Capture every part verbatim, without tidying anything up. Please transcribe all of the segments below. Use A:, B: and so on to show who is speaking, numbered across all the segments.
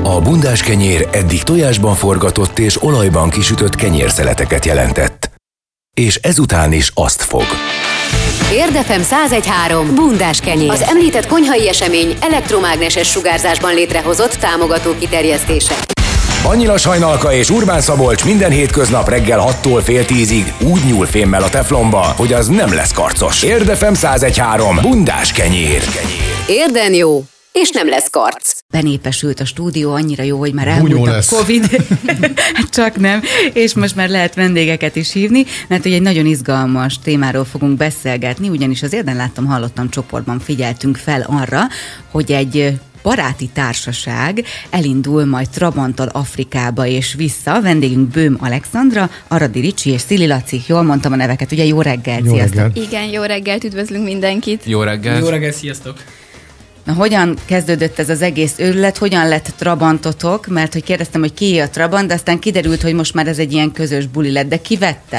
A: A bundás kenyér eddig tojásban forgatott és olajban kisütött kenyérszeleteket jelentett. És ezután is azt fog.
B: Érdefem száz egy három bundás kenyér. Az említett konyhai esemény elektromágneses sugárzásban létrehozott támogató kiterjesztése.
A: Annyila Sajnalka és Urbán Szabolcs minden hétköznap reggel hattól fél tízig úgy nyúl fémmel a teflonba, hogy az nem lesz karcos. Érdefem száz egy három bundás kenyér.
B: Érden jó, és nem lesz karc.
C: Benépesült a stúdió, annyira jó, hogy már elmúlt a Covid. Csak nem. És most már lehet vendégeket is hívni, mert hogy egy nagyon izgalmas témáról fogunk beszélgetni, ugyanis az Érden láttam, hallottam csoportban figyeltünk fel arra, hogy egy baráti társaság elindul majd Trabanttal Afrikába és vissza. A vendégünk Böhm Alexandra, Aradi Ricsi és Szili Laci. Jól mondtam a neveket, ugye? Jó reggelt,
D: jó
C: sziasztok!
D: Reggelt.
E: Igen, jó reggelt, üdvözlünk mindenkit!
F: Jó reggelt!
G: Jó reggelt, sziasztok!
C: Na, hogyan kezdődött ez az egész őrület, hogyan lett Trabantotok? Mert hogy kérdeztem, hogy ki a Trabant, de aztán kiderült, hogy most már ez egy ilyen közös buli lett, de ki vette?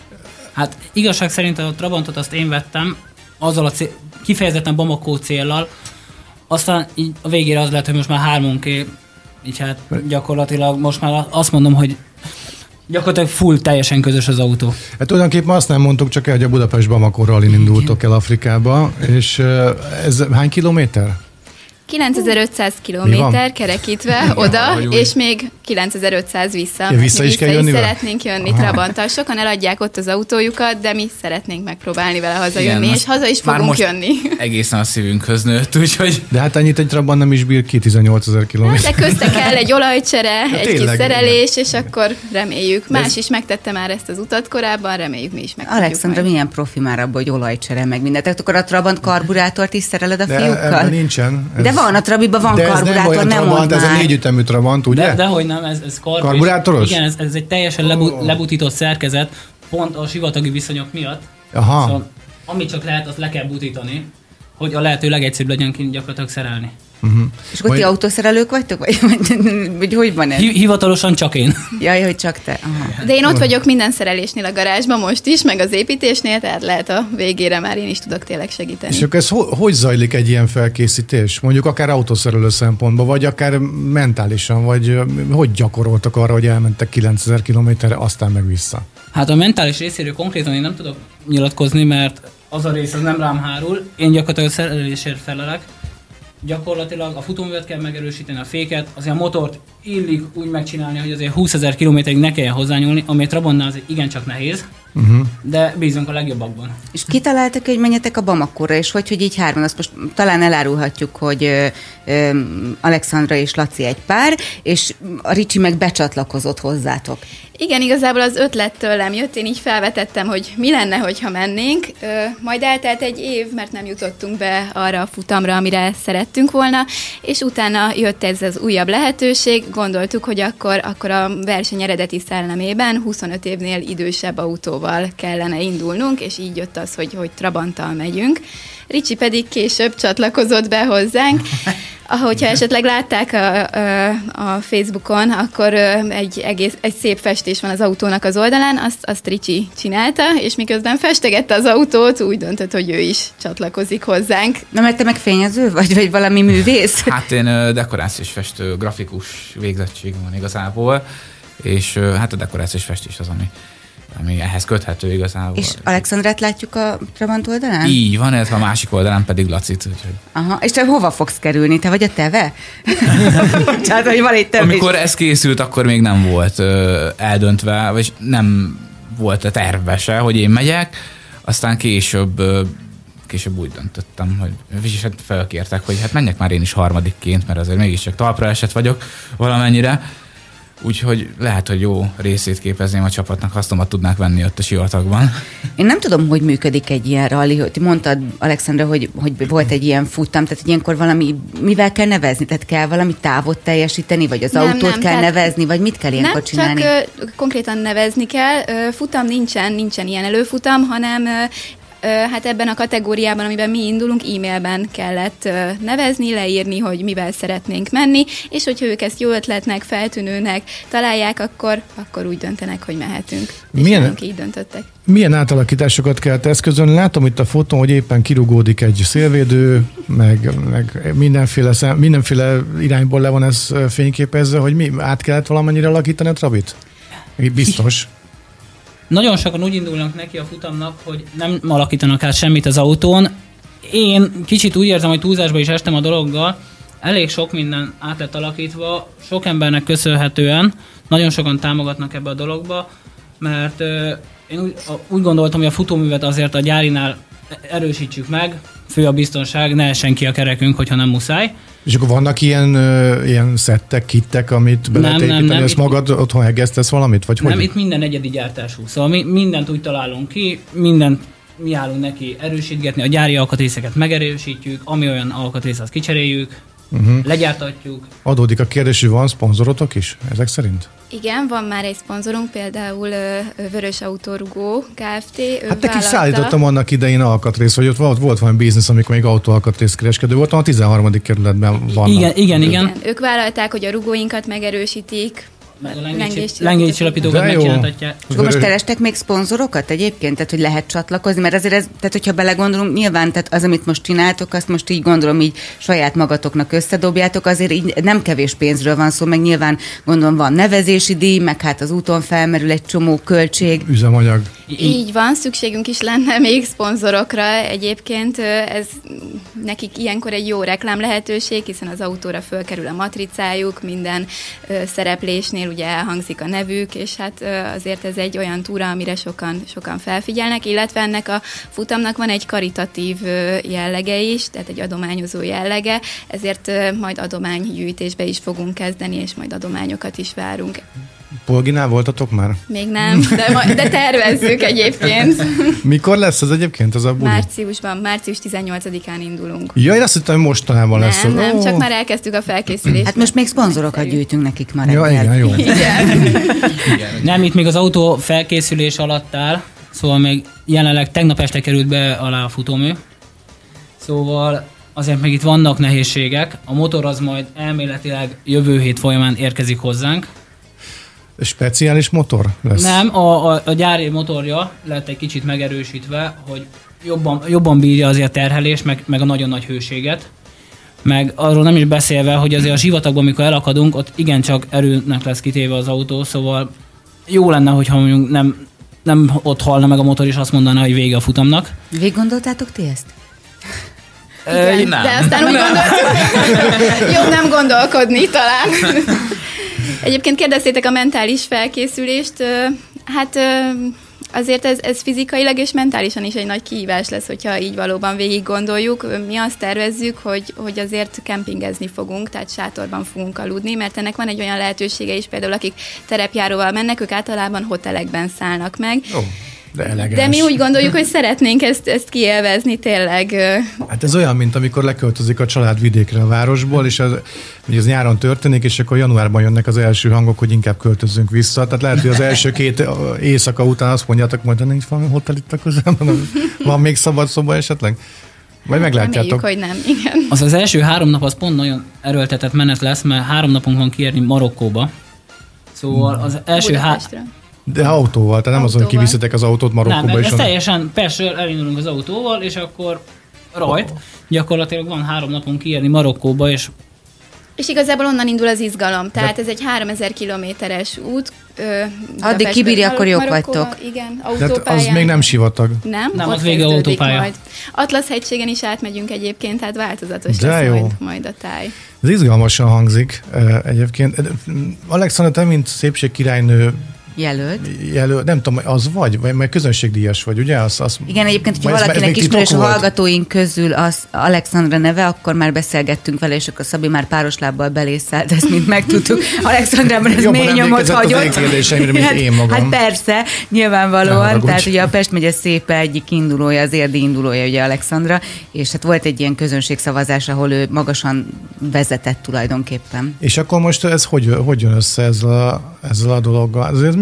G: Hát igazság szerint a Trabantot azt én vettem, azzal a cél, kifejezetten Bamako céllal, aztán így a végére az lett, hogy most már hármunké, így hát gyakorlatilag most már azt mondom, hogy gyakorlatilag full, teljesen közös az autó.
D: Hát tulajdonképpen azt nem mondtuk csak el, hogy a Budapest-Bamako rallin indultok el Afrikába, és ez hány kilométer?
E: kilencezer-ötszáz kilométer kerekítve oda, és még kilencezer-ötszáz vissza.
D: Ja, vissza is kell jönni vele?
E: Szeretnénk jönni Trabanttal. Sokan eladják ott az autójukat, de mi szeretnénk megpróbálni vele hazajönni, igen, és haza is fogunk
F: most
E: jönni.
F: Egészen a szívünkhöz nőtt, úgyhogy...
D: De hát annyit egy Trabant nem is bír ki, tizennyolcezer kilométer.
E: De közte kell egy olajcsere, ja, egy
D: tényleg,
E: kis szerelés,
D: igen.
E: és akkor reméljük. Más ez... is megtette már ezt az utat korábban, reméljük mi is meg.
C: Alexandra, milyen profi már abban, hogy olajcsere meg mindent. Tehát akkor a Trabant karburátort is szereled a
D: de
C: fiúkkal?
D: Nincsen. Ez...
C: De van, a Trabiban van
D: de
C: karburátor,
D: nem,
C: nem mondd
D: ez
C: már.
D: a négyütemű Trabant, ugye?
G: De, dehogy nem, ez, ez karb,
D: karburátoros?
G: Igen, ez, ez egy teljesen lebu, oh. lebutított szerkezet, pont a sivatagi viszonyok miatt.
D: Aha.
G: Szóval, amit csak lehet, azt le kell butítani, hogy a lehető legegyszerűbb legyen kint gyakorlatilag szerelni.
D: Uh-huh.
C: És akkor ti autószerelők vagytok? Vagy, vagy, vagy hogy van ez?
G: Hivatalosan csak én.
C: Jaj, hogy csak te. Aha.
E: De én ott vagyok minden szerelésnél a garázsban most is, meg az építésnél, tehát lehet a végére már én is tudok tényleg segíteni.
D: És akkor ez ho- hogy zajlik egy ilyen felkészítés? Mondjuk akár autószerelő szempontból, vagy akár mentálisan, vagy hogy gyakoroltak arra, hogy elmentek kilencezer kilométerre, aztán meg vissza?
G: Hát a mentális részéről konkrétan én nem tudok nyilatkozni, mert az a rész az nem rám hárul. Én gyakorlatilag a szerelésért felelek. Gyakorlatilag a futóművet kell megerősíteni, a féket, azért a motort illik úgy megcsinálni, hogy azért húszezer kilométerig ne kelljen hozzányúlni, ami a Trabantnál azért igencsak nehéz, uh-huh. de bízunk a legjobbakban.
C: És kitaláltak, hogy menjetek a Bamakóra, és hogy, hogy így hárman, azt most talán elárulhatjuk, hogy ö, ö, Alexandra és Laci egy pár, és a Ricsi meg becsatlakozott hozzátok.
E: Igen, igazából az ötlet tőlem jött, én így felvetettem, hogy mi lenne, hogyha mennénk. Ö, majd eltelt egy év, mert nem jutottunk be arra a futamra, amire szerettünk volna, és utána jött ez az újabb lehetőség, gondoltuk, hogy akkor, akkor a verseny eredeti szellemében huszonöt évnél idősebb autóval kellene indulnunk, és így jött az, hogy, hogy Trabanttal megyünk. Ricsi pedig később csatlakozott be hozzánk. Ahogyha esetleg látták a, a, a Facebookon, akkor egy, egész, egy szép festés van az autónak az oldalán, azt, azt Ricsi csinálta, és miközben festegette az autót, úgy döntött, hogy ő is csatlakozik hozzánk.
C: Na, mert te meg fényező vagy, vagy valami művész?
F: Hát én dekorációs festő, grafikus végzettség van igazából, és hát a dekorációs festés az, ami ami ehhez köthető igazából.
C: És Alexandrát látjuk a Trabant oldalán?
F: Így van, ez a másik oldalán pedig Lacit. Úgyhogy...
C: Aha, és te hova fogsz kerülni? Te vagy a teve? Tehát, hogy van egy teve.
F: Amikor ez készült, akkor még nem volt ö, eldöntve, vagy nem volt a tervbe se, hogy én megyek, aztán később ö, később úgy döntöttem, hogy és hát felkértek, hogy hát menjek már én is harmadikként, mert azért mégiscsak talpra esett vagyok valamennyire. Úgyhogy lehet, hogy jó részét képezném a csapatnak, ha azt tudnák venni ott a sivatagban.
C: Én nem tudom, hogy működik egy ilyen rally, hogy mondtad, Alexandra, hogy, hogy volt egy ilyen futam, tehát ilyenkor valami, mivel kell nevezni? Tehát kell valami távot teljesíteni, vagy az nem, autót nem, kell nevezni, vagy mit kell ilyenkor
E: nem,
C: csinálni?
E: Nem, csak uh, konkrétan nevezni kell. Uh, futam nincsen, nincsen ilyen előfutam, hanem uh, Hát ebben a kategóriában, amiben mi indulunk, e-mailben kellett nevezni, leírni, hogy mivel szeretnénk menni, és hogyha ők ezt jó ötletnek, feltűnőnek találják, akkor, akkor úgy döntenek, hogy mehetünk.
D: Milyen,
E: és így döntöttek.
D: Milyen átalakításokat kell eszközön? Látom itt a fotón, hogy éppen kirugódik egy szélvédő, meg, meg mindenféle, mindenféle irányból le van ez fényképezve, hogy mi át kellett valamennyire alakítani a Trabit? Biztos.
G: Nagyon sokan úgy indulnak neki a futamnak, hogy nem alakítanak át semmit az autón. Én kicsit úgy érzem, hogy túlzásba is estem a dologgal. Elég sok minden át lett alakítva, sok embernek köszönhetően. Nagyon sokan támogatnak ebbe a dologba, mert euh, én úgy, úgy gondoltam, hogy a futóművet azért a gyárinál erősítsük meg, fő a biztonság, ne essen ki a kerekünk, hogyha nem muszáj.
D: És akkor vannak ilyen, ö, ilyen szettek, kittek, amit be lehet építeni, ezt magad itt, otthon egésztesz valamit? Vagy
G: nem,
D: hogy?
G: Itt minden egyedi gyártású. Szóval mi mindent úgy találunk ki, mindent mi állunk neki erősítgetni, a gyári alkatrészeket megerősítjük, ami olyan alkatrész, azt kicseréljük, uh-huh. legyártatjuk.
D: Adódik a kérdés, hogy van szponzorotok is ezek szerint?
E: Igen, van már egy szponzorunk, például Vörös Autórugó Kft.
D: Hát nekik szállítottam annak idején alkatrész, vagy ott volt, volt valami biznisz, amikor még autóalkatrészkereskedő voltam, a tizenharmadik kerületben vannak.
G: Igen, igen, igen.
E: igen. Ők vállalták, hogy a rugóinkat megerősítik,
G: meg a lengéscsillapítókat megcsináltatják.
C: Akkor most kerestek még szponzorokat egyébként? Tehát, hogy lehet csatlakozni? Mert azért ez, tehát hogyha belegondolunk, nyilván tehát az, amit most csináltok, azt most így gondolom, így saját magatoknak összedobjátok, azért így nem kevés pénzről van szó, meg nyilván gondolom van nevezési díj, meg hát az úton felmerül egy csomó költség.
D: Üzemanyag.
E: Így van, szükségünk is lenne még szponzorokra. Egyébként ez nekik ilyenkor egy jó reklám lehetőség, hiszen az autóra fölkerül a matricájuk, minden szereplésnél ugye elhangzik a nevük, és hát azért ez egy olyan túra, amire sokan, sokan felfigyelnek, illetve ennek a futamnak van egy karitatív jellege is, tehát egy adományozó jellege, ezért majd adománygyűjtésbe is fogunk kezdeni, és majd adományokat is várunk.
D: Polginál voltatok már?
E: Még nem, de, de tervezzük egyébként.
D: Mikor lesz ez egyébként az a buli?
E: Márciusban, március tizennyolcadikán indulunk.
D: Ja, én azt hittem, hogy mostanában
E: nem,
D: lesz.
E: Nem, nem, csak már elkezdtük a felkészülést.
C: Hát most még szponzorokat gyűjtünk nekik már.
D: Ja, igen, jó.
E: Igen.
G: Nem, itt még az autó felkészülés alatt áll, szóval még jelenleg tegnap este került be alá a futómű. Szóval azért még itt vannak nehézségek. A motor az majd elméletileg jövő hét folyamán érkezik hozzánk.
D: Speciális motor lesz?
G: Nem, a, a, a gyári motorja lett egy kicsit megerősítve, hogy jobban, jobban bírja azért terhelés, meg, meg a nagyon nagy hőséget. Meg arról nem is beszélve, hogy azért a sivatagban, amikor elakadunk, ott igencsak erőnek lesz kitéve az autó, szóval jó lenne, hogyha mondjuk nem, nem ott halna meg a motor, és azt mondaná, hogy vége a futamnak.
C: Végig gondoltátok ti ezt?
E: Igen, nem. De aztán úgy gondoltuk, jobb nem gondolkodni talán. Egyébként kérdeztétek a mentális felkészülést, hát azért ez, ez fizikailag és mentálisan is egy nagy kihívás lesz, hogyha így valóban végig gondoljuk. Mi azt tervezzük, hogy, hogy azért kempingezni fogunk, tehát sátorban fogunk aludni, mert ennek van egy olyan lehetősége is, például akik terepjáróval mennek, ők általában hotelekben szállnak meg. Oh.
D: De,
E: De mi úgy gondoljuk, hogy szeretnénk ezt, ezt kiélvezni tényleg.
D: Hát ez olyan, mint amikor leköltözik a család vidékre a városból, és ez, ez nyáron történik, és akkor januárban jönnek az első hangok, hogy inkább költözzünk vissza. Tehát lehet, hogy az első két éjszaka után azt mondjátok, majd de nincs valami hotel itt a közelben, van még szabad szoba esetleg? Vagy meglátjátok.
E: Reméljük, hogy nem, igen.
G: Az az első három nap az pont nagyon erőltetett menet lesz, mert három napunk van kiérni Marokkóba. Szóval az első három...
D: De autóval, tehát nem azon, hogy kiviszitek az autót Marokkóba
G: nem,
D: is.
G: Nem, teljesen, persze elindulunk az autóval, és akkor rajt. Oh. Gyakorlatilag van három napon kiérni Marokkóba, és...
E: És igazából onnan indul az izgalom. Tehát de... ez egy háromezer kilométeres út. Ö,
C: Addig kibírja, akkor jók vagytok.
E: Igen, autópályán.
D: Az még nem sivatag.
E: Nem,
G: nem az vége autópálya. Majd.
E: Atlasz-hegységen is átmegyünk egyébként, tehát változatos
D: de
E: lesz
D: jó.
E: majd, majd a táj.
D: Ez izgalmasan hangzik egyébként. Alexandra, te mint szépségkirálynő
C: Jelölt.
D: Jelölt. Nem tudom, az vagy? Vagy majd közönségdíjas vagy, ugye? Az, az,
C: igen, egyébként, hogyha valakinek ismerős a hallgatóink közül az Alexandra neve, akkor már beszélgettünk vele, és akkor Szabi már páros lábbal belészállt, ezt mind megtudtuk. Alexandrában ez mély nyomot hagyott.
D: Hát, én magam.
C: Hát persze, nyilvánvalóan. Tehát ugye a Pest megye szépe egyik indulója, az érdi indulója, ugye Alexandra, és hát volt egy ilyen közönségszavazás, ahol ő magasan vezetett tulajdonképpen.
D: És akkor most ez hogy, hogy jön össze ezzel a, ezzel a dologgal? Azért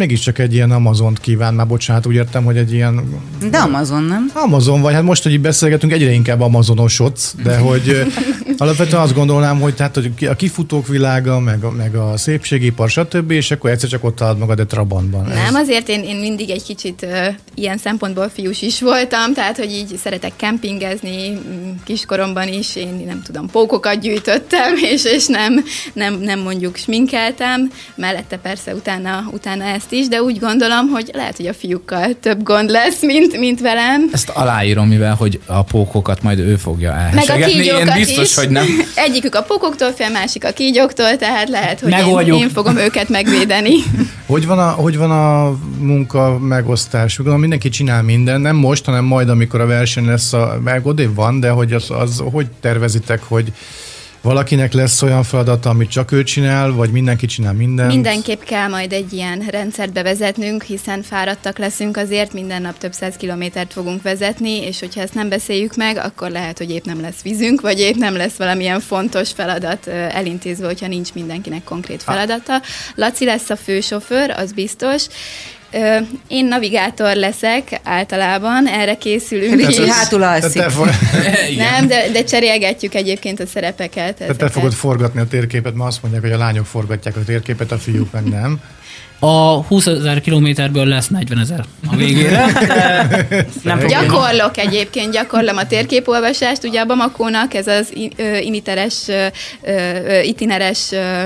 D: mégiscsak egy ilyen Amazont kíván, már bocsánat, úgy értem, hogy egy ilyen...
C: De Amazon, nem?
D: Amazon vagy, hát most, hogy így beszélgetünk, egyre inkább amazonosodsz, de hogy alapvetően azt gondolnám, hogy, tehát, hogy a kifutók világa, meg a, meg a szépségipar, stb., és akkor egyszer csak ott találod magad egy Trabantban.
E: Nem, Ez... azért én, én mindig egy kicsit uh, ilyen szempontból fiús is voltam, tehát, hogy így szeretek kempingezni, kiskoromban is, én nem tudom, pókokat gyűjtöttem, és, és nem, nem, nem mondjuk sminkeltem, mellette persze utána, utána ezt is, de úgy gondolom, hogy lehet, hogy a fiúkkal több gond lesz, mint, mint velem.
F: Ezt aláírom, mivel, hogy a pókokat majd ő fogja elhesegetni.
E: Meg a kígyókat
F: én biztos,
E: is.
F: Hogy nem.
E: Egyikük a pókoktól fél, másik a kígyóktól, tehát lehet, hogy én, én fogom őket megvédeni.
D: Hogy van a, hogy van a munka megosztás? Gondolom, mindenki csinál minden, nem most, hanem majd, amikor a verseny lesz, a, meg odébb van, de hogy az, az hogy tervezitek, hogy valakinek lesz olyan feladata, amit csak ő csinál, vagy mindenki csinál mindent?
E: Mindenképp kell majd egy ilyen rendszert bevezetnünk, hiszen fáradtak leszünk azért, minden nap több száz kilométert fogunk vezetni, és hogyha ezt nem beszéljük meg, akkor lehet, hogy épp nem lesz vízünk, vagy épp nem lesz valamilyen fontos feladat elintézve, hogyha nincs mindenkinek konkrét feladata. Laci lesz a fősofőr, az biztos. Én navigátor leszek általában, erre készülünk
C: is. Hátul alszik.
E: Nem, de, de cserélgetjük egyébként a szerepeket.
D: Tehát te fogod forgatni a térképet, ma azt mondják, hogy a lányok forgatják a térképet, a fiúk meg nem.
G: A húszezer kilométerből lesz negyvenezer a végére.
E: Nem Gyakorlok egyébként, gyakorlom a térképolvasást. Ugye a Bamakónak ez az initeres, itineres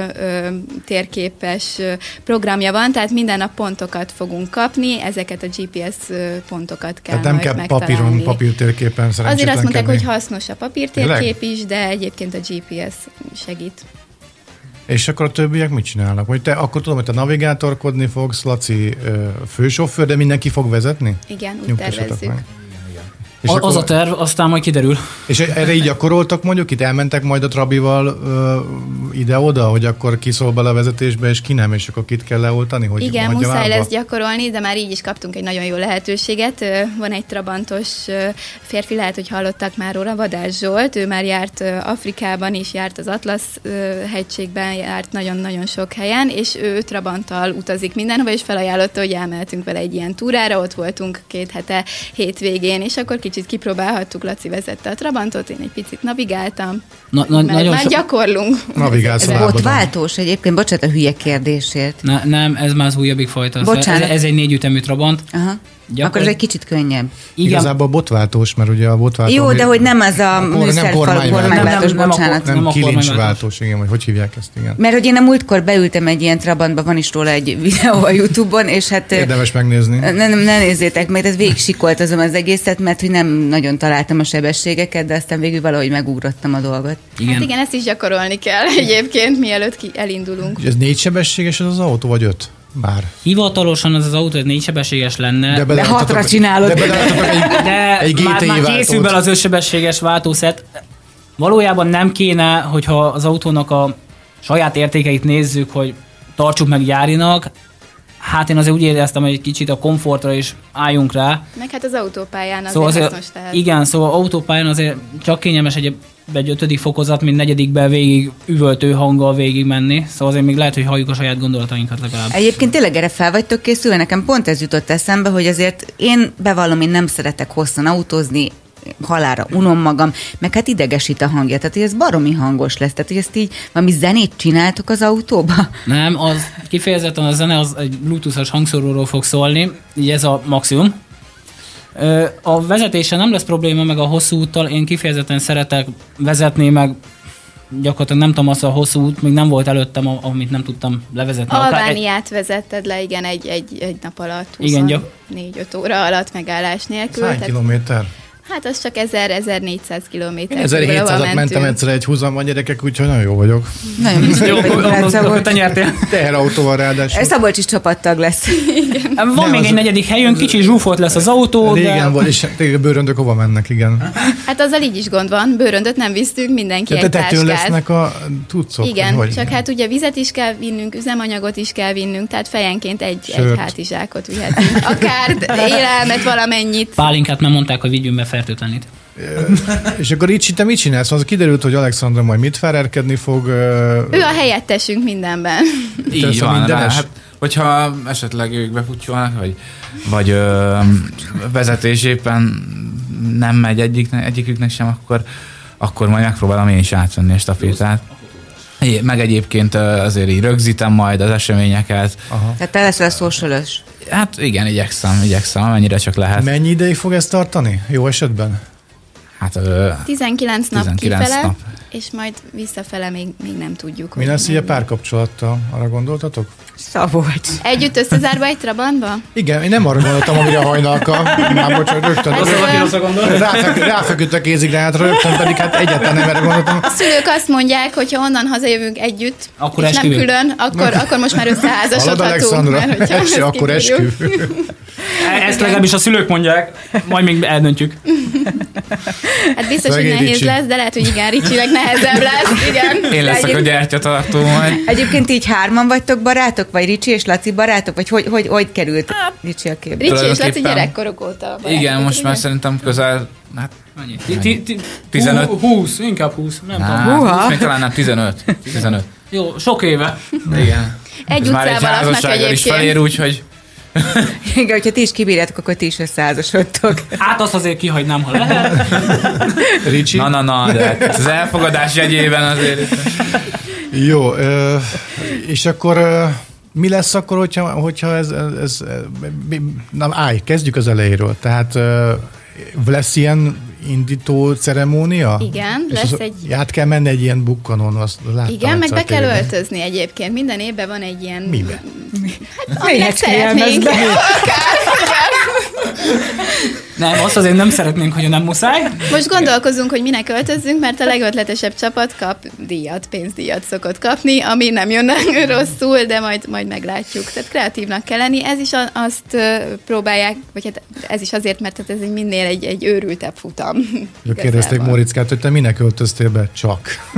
E: térképes programja van, tehát minden nap pontokat fogunk kapni, ezeket a gé pé es pontokat kell
D: tehát
E: majd
D: nem kell papíron, papírtérképen szerencsétlenkedni.
E: Azért azt mondták, hogy hasznos a papírtérkép is, de egyébként a gé pé es segít.
D: És akkor a többiek mit csinálnak? Hogy te, akkor tudom, hogy te navigátorkodni fogsz, Laci fősofőr, de mindenki fog vezetni?
E: Igen, úgy tervezzük.
G: És az akkor, a terv, aztán majd kiderül.
D: És erre így gyakoroltak mondjuk? Itt elmentek majd a Trabival uh, ide-oda, hogy akkor ki szól bele a vezetésbe, és ki nem, és akkor kit kell leoltani? Hogy
E: igen, muszáj lesz gyakorolni, de már így is kaptunk egy nagyon jó lehetőséget. Van egy trabantos férfi, lehet, hogy hallottak már róla, Vadás Zsolt, ő már járt Afrikában is, járt az Atlasz hegységben, járt nagyon-nagyon sok helyen, és ő trabanttal utazik mindenhova, és felajánlotta, hogy elmehetünk vele egy ilyen túrára, ott voltunk két hete hétvégén, és akkor kicsit kipróbálhattuk, Laci vezette a Trabantot, én egy picit navigáltam, na, na, mert már so... gyakorlunk.
D: Navigálsz
C: ez volt váltós egyébként, bocsánat a hülye kérdésért.
G: Ne, nem, ez már az újabbik fajta. Bocsánat. Ez, ez egy négyütemű Trabant.
C: Aha. Gyakor... Akkor ez egy kicsit könnyebb.
D: Igen. Igazából botváltós, mert ugye a botváltó...
C: Jó, de hogy nem az a műszerfal kormányváltós, bocsánat.
D: Nem, nem kilincsváltós, igen, vagy hogy hívják ezt, igen.
C: Mert hogy én a múltkor beültem egy ilyen Trabantba, van is róla egy videó a YouTube-on, és hát...
D: Érdemes megnézni.
C: Ne, ne, ne nézzétek meg, ez végig sikoltazom az egészet, mert hogy nem nagyon találtam a sebességeket, de aztán végül valahogy megugrottam a dolgot.
E: Igen. Hát igen, ezt is gyakorolni kell egyébként, mielőtt ki elindulunk.
D: Ez négy sebességes az, az autó, vagy öt? Bár.
G: Hivatalosan az az autó négy sebességes lenne.
C: De, de hatra csinálod.
D: De, egy,
G: de
D: egy
G: már, már készül bele az ötsebességes váltószett. Valójában nem kéne, hogyha az autónak a saját értékeit nézzük, hogy tartsuk meg gyárinak. Hát én azért úgy éreztem, hogy egy kicsit a komfortra is álljunk rá.
E: Meg hát az autópályán azért,
G: szóval azért
E: hasznos tehát.
G: Igen, szóval autópályán azért csak kényelmes egy, egy ötödik fokozat, mint negyedikben végig üvöltő hanggal végig menni. Szóval azért még lehet, hogy halljuk a saját gondolatainkat legalább.
C: Egyébként tényleg erre fel vagytok készülve? Nekem pont ez jutott eszembe, hogy azért én bevallom, én nem szeretek hosszan autózni, halálra unom magam, meg hát idegesít a hangja, tehát hogy ez baromi hangos lesz, tehát hogy ezt így valami zenét csináltok az autóba?
G: Nem, az kifejezetten a zene az egy bluetooth-os hangszóróról fog szólni, így ez a maximum. A vezetése nem lesz probléma, meg a hosszú úttal, én kifejezetten szeretek vezetni, meg gyakorlatilag nem tudom, az a hosszú út, még nem volt előttem, amit nem tudtam levezetni.
E: Albániát vezetted le, igen, egy, egy, egy nap alatt, huszonnégy-öt óra alatt megállás nélkül.
D: Hány kilométer?
E: Hát az csak ezer-ezernégyszáz kilométer.
D: Én ezerhétszázat mentem egyszer egy húzamban, gyerekek, úgyhogy nagyon jó vagyok.
C: Nagyon biztos,
G: hogy te nyertél.
D: Teherautóval ráadásul.
C: Szabolcs is csapattag lesz.
G: Van nem, még az egy negyedik helyünk, kicsi zsúfolt lesz az autó.
D: Régen
G: de...
D: volt, és tényleg bőröndök hova mennek, igen.
E: Hát azzal így is gond van, bőröndöt nem visztünk, mindenki de egy táskát.
D: Tetőn lesznek a tudszok.
E: Igen,
D: hogy
E: csak hát ugye vizet is kell vinnünk, üzemanyagot is kell vinnünk, tehát fejenként egy, egy hátizsákot vihetünk. Akár élelmet valamennyit.
G: Pálinkát már mondták, hogy vigyünk be fertőtlenít.
D: És akkor így te mit csinálsz? Az kiderült, hogy Alexandra majd mit felerkedni fog.
E: Ő a helyettesünk mindenben.
G: Így van, rá, hát
F: hogyha esetleg ők befutcsolnak, vagy, vagy ö, vezetés éppen nem megy egyik, egyiküknek sem, akkor, akkor majd megpróbálom én is átvenni a stafétát. Meg egyébként azért így rögzítem majd az eseményeket.
C: Aha. Tehát te leszel social-ös?
F: Hát igen, igyekszem, igyekszem, amennyire csak lehet.
D: Mennyi ideig fog ez tartani? Jó esetben?
F: Hát ö,
E: tizenkilenc nap
F: tizenkilenc
E: kifele,
F: nap.
E: És majd visszafele még, még nem tudjuk.
D: Mi lesz így a párkapcsolattal? Arra gondoltatok?
C: Szabolcs.
E: Együtt összezárva egy Trabantba?
D: Igen, én nem arra gondoltam, amire hajnalka. Már bocsánat, rögtön. Ráfeküdt ráfeküdt a kézigre, hát rögtön pedig hát egyáltalán nem erre gondoltam.
E: A szülők azt mondják, hogy ha onnan hazajövünk együtt,
G: akkor
E: és nem külön, akkor, akkor most már összeházasodhatunk.
D: Mert eskü, akkor eskü.
G: Ezt legalábbis a szülők mondják, majd még eldöntjük.
E: Hát biztos, hogy nehéz Ricsi. lesz, de lehet, hogy igen, Ricsinek nehezebb lesz. Igen.
F: Én leszek a gyertyatartó majd.
C: Egyébként így hárman vagytok barátok, vagy Ricsi és Laci barátok, vagy hogy, hogy, hogy került Ricsi a képbe?
E: Ricsi és Laci gyerekkorok óta barátok.
F: Igen, most már szerintem közel, hát
G: tizenöt húsz, inkább húsz, nem tudom.
F: húsz, még talán nem, tizenöt. tizenöt.
G: Jó, sok éve.
F: Igen.
E: Egy utcában laknak egyébként.
F: Is felér, úgyhogy...
C: Igen, hogyha ti is kibírjátok, akkor ti is összeházasodtok.
G: Hát azt azért kihagynám, ha lehet.
F: Ricsi? Na, na, na, de az elfogadás jegyében azért...
D: Jó, és akkor mi lesz akkor, hogyha, hogyha ez, ez, ez... Na, állj, kezdjük az elejéről. Tehát lesz ilyen indító ceremónia?
E: Igen,
D: és
E: lesz
D: az,
E: egy...
D: Át kell menni egy ilyen bukkanon, azt láttam.
E: Igen, meg be kell öltözni egyébként. Minden évben van egy ilyen...
D: Miben?
E: Hát, amilyet szeretnénk.
G: Nem, azt azért nem szeretnénk, hogy nem muszáj.
E: Most gondolkozunk, hogy minek öltözzünk, mert a legötletesebb csapat kap díjat, pénzdíjat szokott kapni, ami nem jön rosszul, de majd, majd meglátjuk. Tehát kreatívnak kell lenni. Ez is azt próbálják, vagy hát ez is azért, mert ez egy minél egy, egy őrültebb futam.
D: Kérdezték Móriczkát, hogy te minek öltöztél be? Csak.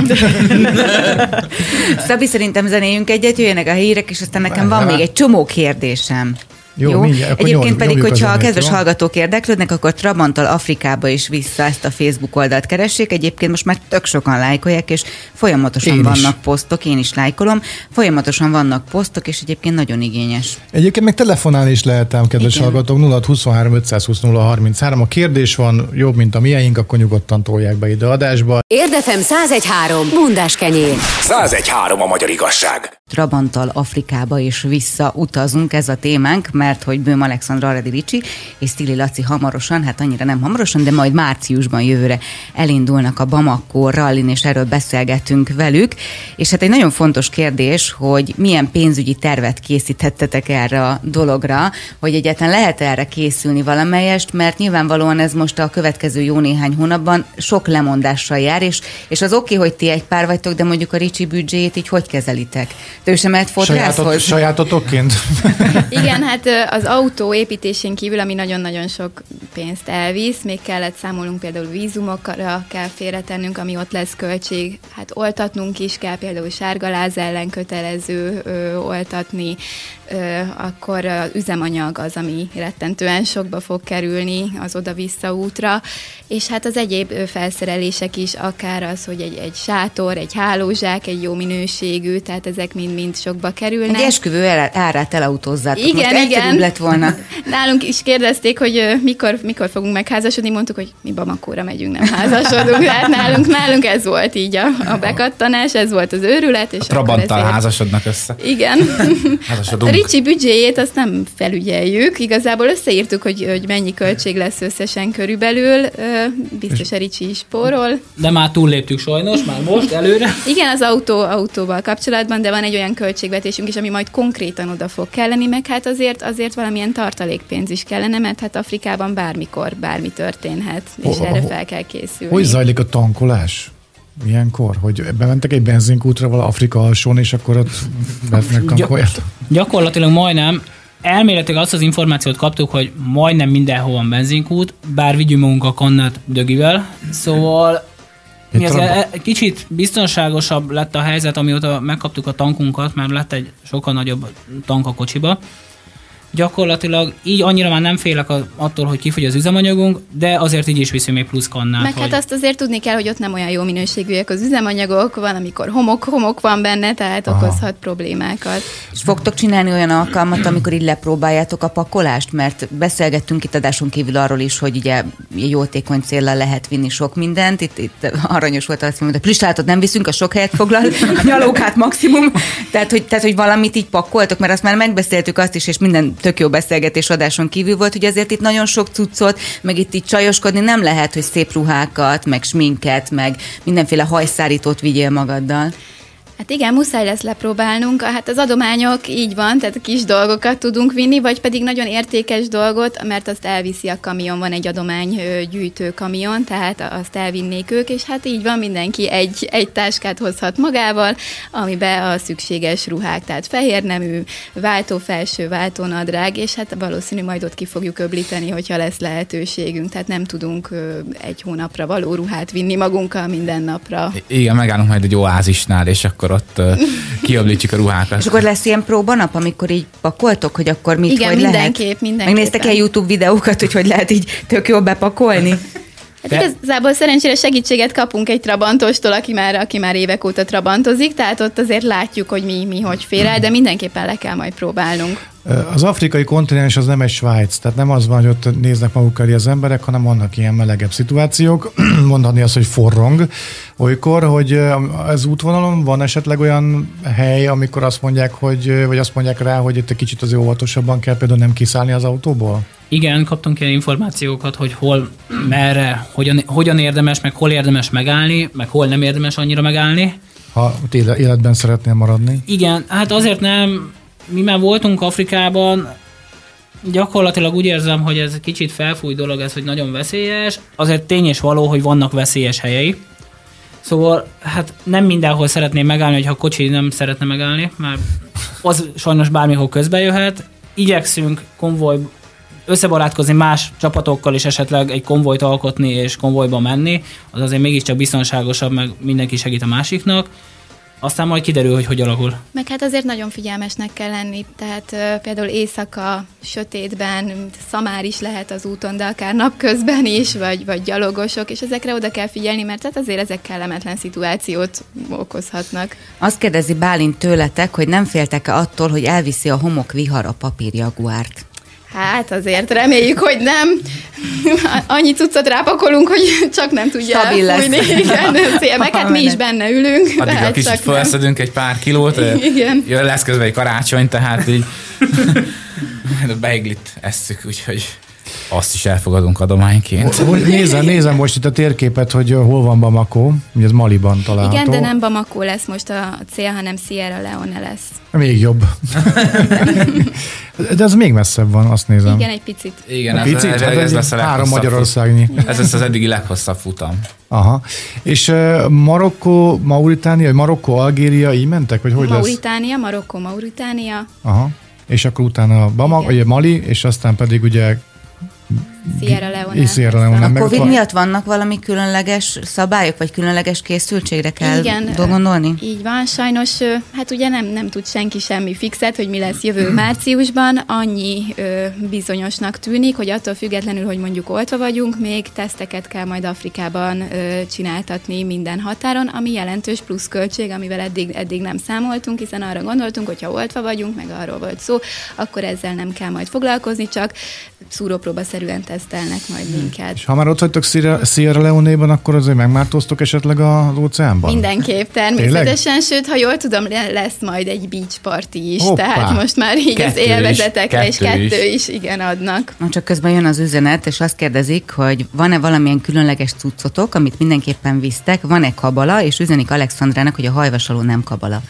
C: Szabi, szerintem zenéljünk egyet, jöjjenek a hírek, és aztán nekem van még egy csomó kérdésem.
D: Jó,
C: jó?
D: Mindjárt,
C: Egyébként
D: nyom,
C: pedig, hogyha a kedves
D: jó?
C: hallgatók érdeklődnek, akkor Trabanttal Afrikába is vissza ezt a Facebook oldalt keressék. Egyébként most már tök sokan lájkolják, és folyamatosan én vannak is. posztok, én is lájkolom, folyamatosan vannak posztok, és egyébként nagyon igényes.
D: Egyébként még telefonálni is lehetem, kedves igen. hallgatók, nulla huszonhárom ötszázhúsz nulla harminchárom. A kérdés van jobb, mint a miénk, akkor nyugodtan tolják be ide adásba.
B: Érdefem száz egy három, bundás kenyér.
A: száz egy három a magyar igazság.
C: Trabanttal Afrikába is vissza utazunk, ez a témánk, mert hogy Böhm Alexandra, Aradi Ricsi és Stili Laci hamarosan, hát annyira nem hamarosan, de majd márciusban jövőre elindulnak a Bamako rallin, és erről beszélgetünk velük. És hát egy nagyon fontos kérdés, hogy milyen pénzügyi tervet készíthettetek erre a dologra, hogy egyáltalán lehet erre készülni valamelyest, mert nyilvánvalóan ez most a következő jó néhány hónapban sok lemondással jár, és, és az oké, hogy ti egy pár vagytok, de mondjuk a Ricsi büdzséjét így hogy kezelitek? Te ő sem mehet fodrászhoz?
D: Sajátotokként?
E: Igen, hát az autó építésén kívül, ami nagyon-nagyon sok pénzt elvisz, még kellett számolnunk, például vízumokra kell félretennünk, ami ott lesz költség. Hát oltatnunk is kell, például sárgaláz ellen kötelező ö, oltatni, ö, akkor az üzemanyag az, ami rettentően sokba fog kerülni az oda-vissza útra, és hát az egyéb felszerelések is, akár az, hogy egy, egy sátor, egy hálózsák, egy jó minőségű, tehát ezek mind-mind sokba kerülnek.
C: Egy esküvő árát elautózzátok.
E: Igen,
C: most
E: igen.
C: lett volna.
E: Nálunk is kérdezték, hogy mikor, mikor fogunk megházasodni, mondtuk, hogy mi Bamakóra megyünk, nem házasodunk. Tehát nálunk, nálunk ez volt így a, a bekattanás, ez volt az őrület. És
F: a Trabanttal házasodnak össze.
E: Igen.
F: Házasodunk.
E: A Ricsi büdzséjét azt nem felügyeljük. Igazából összeírtuk, hogy, hogy mennyi költség lesz összesen körülbelül. Biztos a Ricsi is spórol.
G: De már túlléptük sajnos, már most, előre.
E: Igen, az autó, autóval kapcsolatban, de van egy olyan költségvetésünk is, ami majd konkrétan oda fog kelleni, meg hát azért, azért valamilyen tartalékpénz is kellene, mert hát Afrikában bármikor bármi történhet, és oh, erre fel kell készülni.
D: Hogy zajlik a tankolás? Milyenkor? Hogy bementek egy benzinkútra vala Afrika alsón, és akkor ott meg tankoljátok?
G: Gyakorlatilag majdnem. Elméletileg azt az információt kaptuk, hogy majdnem mindenhol van benzinkút, bár vigyünk magunk a kannát dögivel, szóval mi azért egy kicsit biztonságosabb lett a helyzet, amióta megkaptuk a tankunkat, mert lett egy sokkal nagyobb tank a kocsiba. Gyakorlatilag így annyira már nem félek attól, hogy kifogy az üzemanyagunk, de azért így is viszünk még plusz kannát.
E: Meg
G: hogy...
E: hát azt azért tudni kell, hogy ott nem olyan jó minőségűek az üzemanyagok, van, amikor homok, homok van benne, tehát Aha. okozhat problémákat.
C: És fogtok csinálni olyan alkalmat, amikor így lepróbáljátok a pakolást? Mert beszélgettünk itt adáson kívül arról is, hogy ugye jótékony céllal lehet vinni sok mindent. Itt, itt aranyos volt azt mondani, hogy plüstálatot nem viszünk, a sok helyet foglal, a nyalókát maximum. Tehát hogy, tehát, hogy valamit így pakoltok, mert azt már megbeszéltük azt is, és minden tök jó beszélgetés adáson kívül volt, hogy azért itt nagyon sok cuccot, meg itt így csajoskodni nem lehet, hogy szép ruhákat, meg sminket, meg mindenféle hajszárítót vigyél magaddal.
E: Hát igen, muszáj lesz lepróbálnunk. Hát az adományok így van, tehát kis dolgokat tudunk vinni, vagy pedig nagyon értékes dolgot, mert azt elviszi a kamion, van egy adománygyűjtő kamion, tehát azt elvinnék ők, és hát így van, mindenki egy, egy táskát hozhat magával, amiben a szükséges ruhák, tehát fehérnemű, váltófelső, váltónadrág, és hát valószínű majd ott ki fogjuk öblíteni, hogyha lesz lehetőségünk, tehát nem tudunk egy hónapra való ruhát vinni magunkkal minden napra.
F: Igen, megállunk majd egy oázisnál, és akkor ott uh, kiöblítjük a ruhákat.
C: És akkor lesz ilyen próbanap, amikor így pakoltok, hogy akkor mit,
E: igen,
C: hogy
E: mindenképp,
C: lehet?
E: mindenképp.
C: Megnéztek ilyen YouTube videókat, hogy hogy lehet így tök jól bepakolni?
E: Hát igazából szerencsére segítséget kapunk egy trabantostól, aki már, aki már évek óta trabantozik, tehát ott azért látjuk, hogy mi, mi hogy fér el, de mindenképpen le kell majd próbálnunk.
D: Az afrikai kontinens az nem egy Svájc, tehát nem az van, hogy ott néznek maguk elé az emberek, hanem vannak ilyen melegebb szituációk. Mondhatni azt, hogy forrong olykor, hogy az útvonalon van esetleg olyan hely, amikor azt mondják, hogy, vagy azt mondják rá, hogy itt egy kicsit azért óvatosabban kell például nem kiszállni az autóból?
G: Igen, kaptunk ilyen információkat, hogy hol, merre, hogyan, hogyan érdemes, meg hol érdemes megállni, meg hol nem érdemes annyira megállni.
D: Ha életben szeretnél maradni?
G: Igen, hát azért nem, mi már voltunk Afrikában, gyakorlatilag úgy érzem, hogy ez kicsit felfúj dolog, ez, hogy nagyon veszélyes, azért tény és való, hogy vannak veszélyes helyei. Szóval hát nem mindenhol szeretném megállni, hogyha a kocsi nem szeretne megállni, mert az sajnos bármikor közbe jöhet. Igyekszünk konvoj összebarátkozni más csapatokkal is, esetleg egy konvojt alkotni és konvojba menni, az azért mégiscsak biztonságosabb, meg mindenki segít a másiknak. Aztán majd kiderül, hogy hogy alakul.
E: Meg hát azért nagyon figyelmesnek kell lenni, tehát uh, például éjszaka, sötétben, szamár is lehet az úton, de akár napközben is, vagy, vagy gyalogosok, és ezekre oda kell figyelni, mert hát azért ezek kellemetlen szituációt okozhatnak.
C: Azt kérdezi Bálint tőletek, hogy nem féltek-e attól, hogy elviszi a homokvihar a papírjaguárt?
E: Hát azért reméljük, hogy nem. Annyi cuccot rápakolunk, hogy csak nem tudja
C: stabil
E: elfújni. Igen, meg hát mi is benne ülünk.
F: Addig a kicsit felszedünk egy pár kilót. Igen. Jön lesz közben egy karácsony, tehát így a beiglit esszük, úgyhogy azt is elfogadunk adományként.
D: Nézem, nézem most itt a térképet, hogy hol van Bamako, ugye ez Maliban található.
E: Igen, de nem Bamako lesz most a cél, hanem Sierra Leone lesz.
D: Még jobb. De ez még messzebb van, azt nézem.
E: Igen, egy picit.
F: Igen,
D: a
F: ez,
D: picit,
F: ez,
D: ez,
F: ez lesz a
D: három Magyarországnyi.
F: Ez lesz az eddigi leghosszabb futam.
D: Aha. És uh, Marokkó, Mauritánia, Marokkó, Algéria, így mentek? Vagy hogy
E: Mauritánia, lesz? Marokkó, Mauritánia.
D: Aha. És akkor utána Bamako, vagy Mali, és aztán pedig ugye
E: Sierra Leone.
D: Sierra Leone.
C: A Covid miatt vannak valami különleges szabályok, vagy különleges készültségre kell
E: igen,
C: gondolni?
E: Így van, sajnos, hát ugye nem, nem tud senki semmi fixet, hogy mi lesz jövő márciusban, annyi ö, bizonyosnak tűnik, hogy attól függetlenül, hogy mondjuk oltva vagyunk, még teszteket kell majd Afrikában ö, csináltatni minden határon, ami jelentős pluszköltség, amivel eddig, eddig nem számoltunk, hiszen arra gondoltunk, hogy ha oltva vagyunk, meg arról volt szó, akkor ezzel nem kell majd foglalkozni, csak szúrópróbaszerűen tesztelnek majd minket. És
D: ha már ott vagytok Sierra Leone-ban, akkor azért megmártóztok esetleg az óceánban?
E: Mindenképp, természetesen, sőt, ha jól tudom, lesz majd egy beach party is,
D: Hoppá.
E: Tehát most már így kettő az élvezetekre, és kettő is. is, igen, adnak.
C: Na, csak közben jön az üzenet, és azt kérdezik, hogy van-e valamilyen különleges cuccotok, amit mindenképpen visztek, van-e kabala, és üzenik Alexandrának, hogy a hajvasaló nem kabala.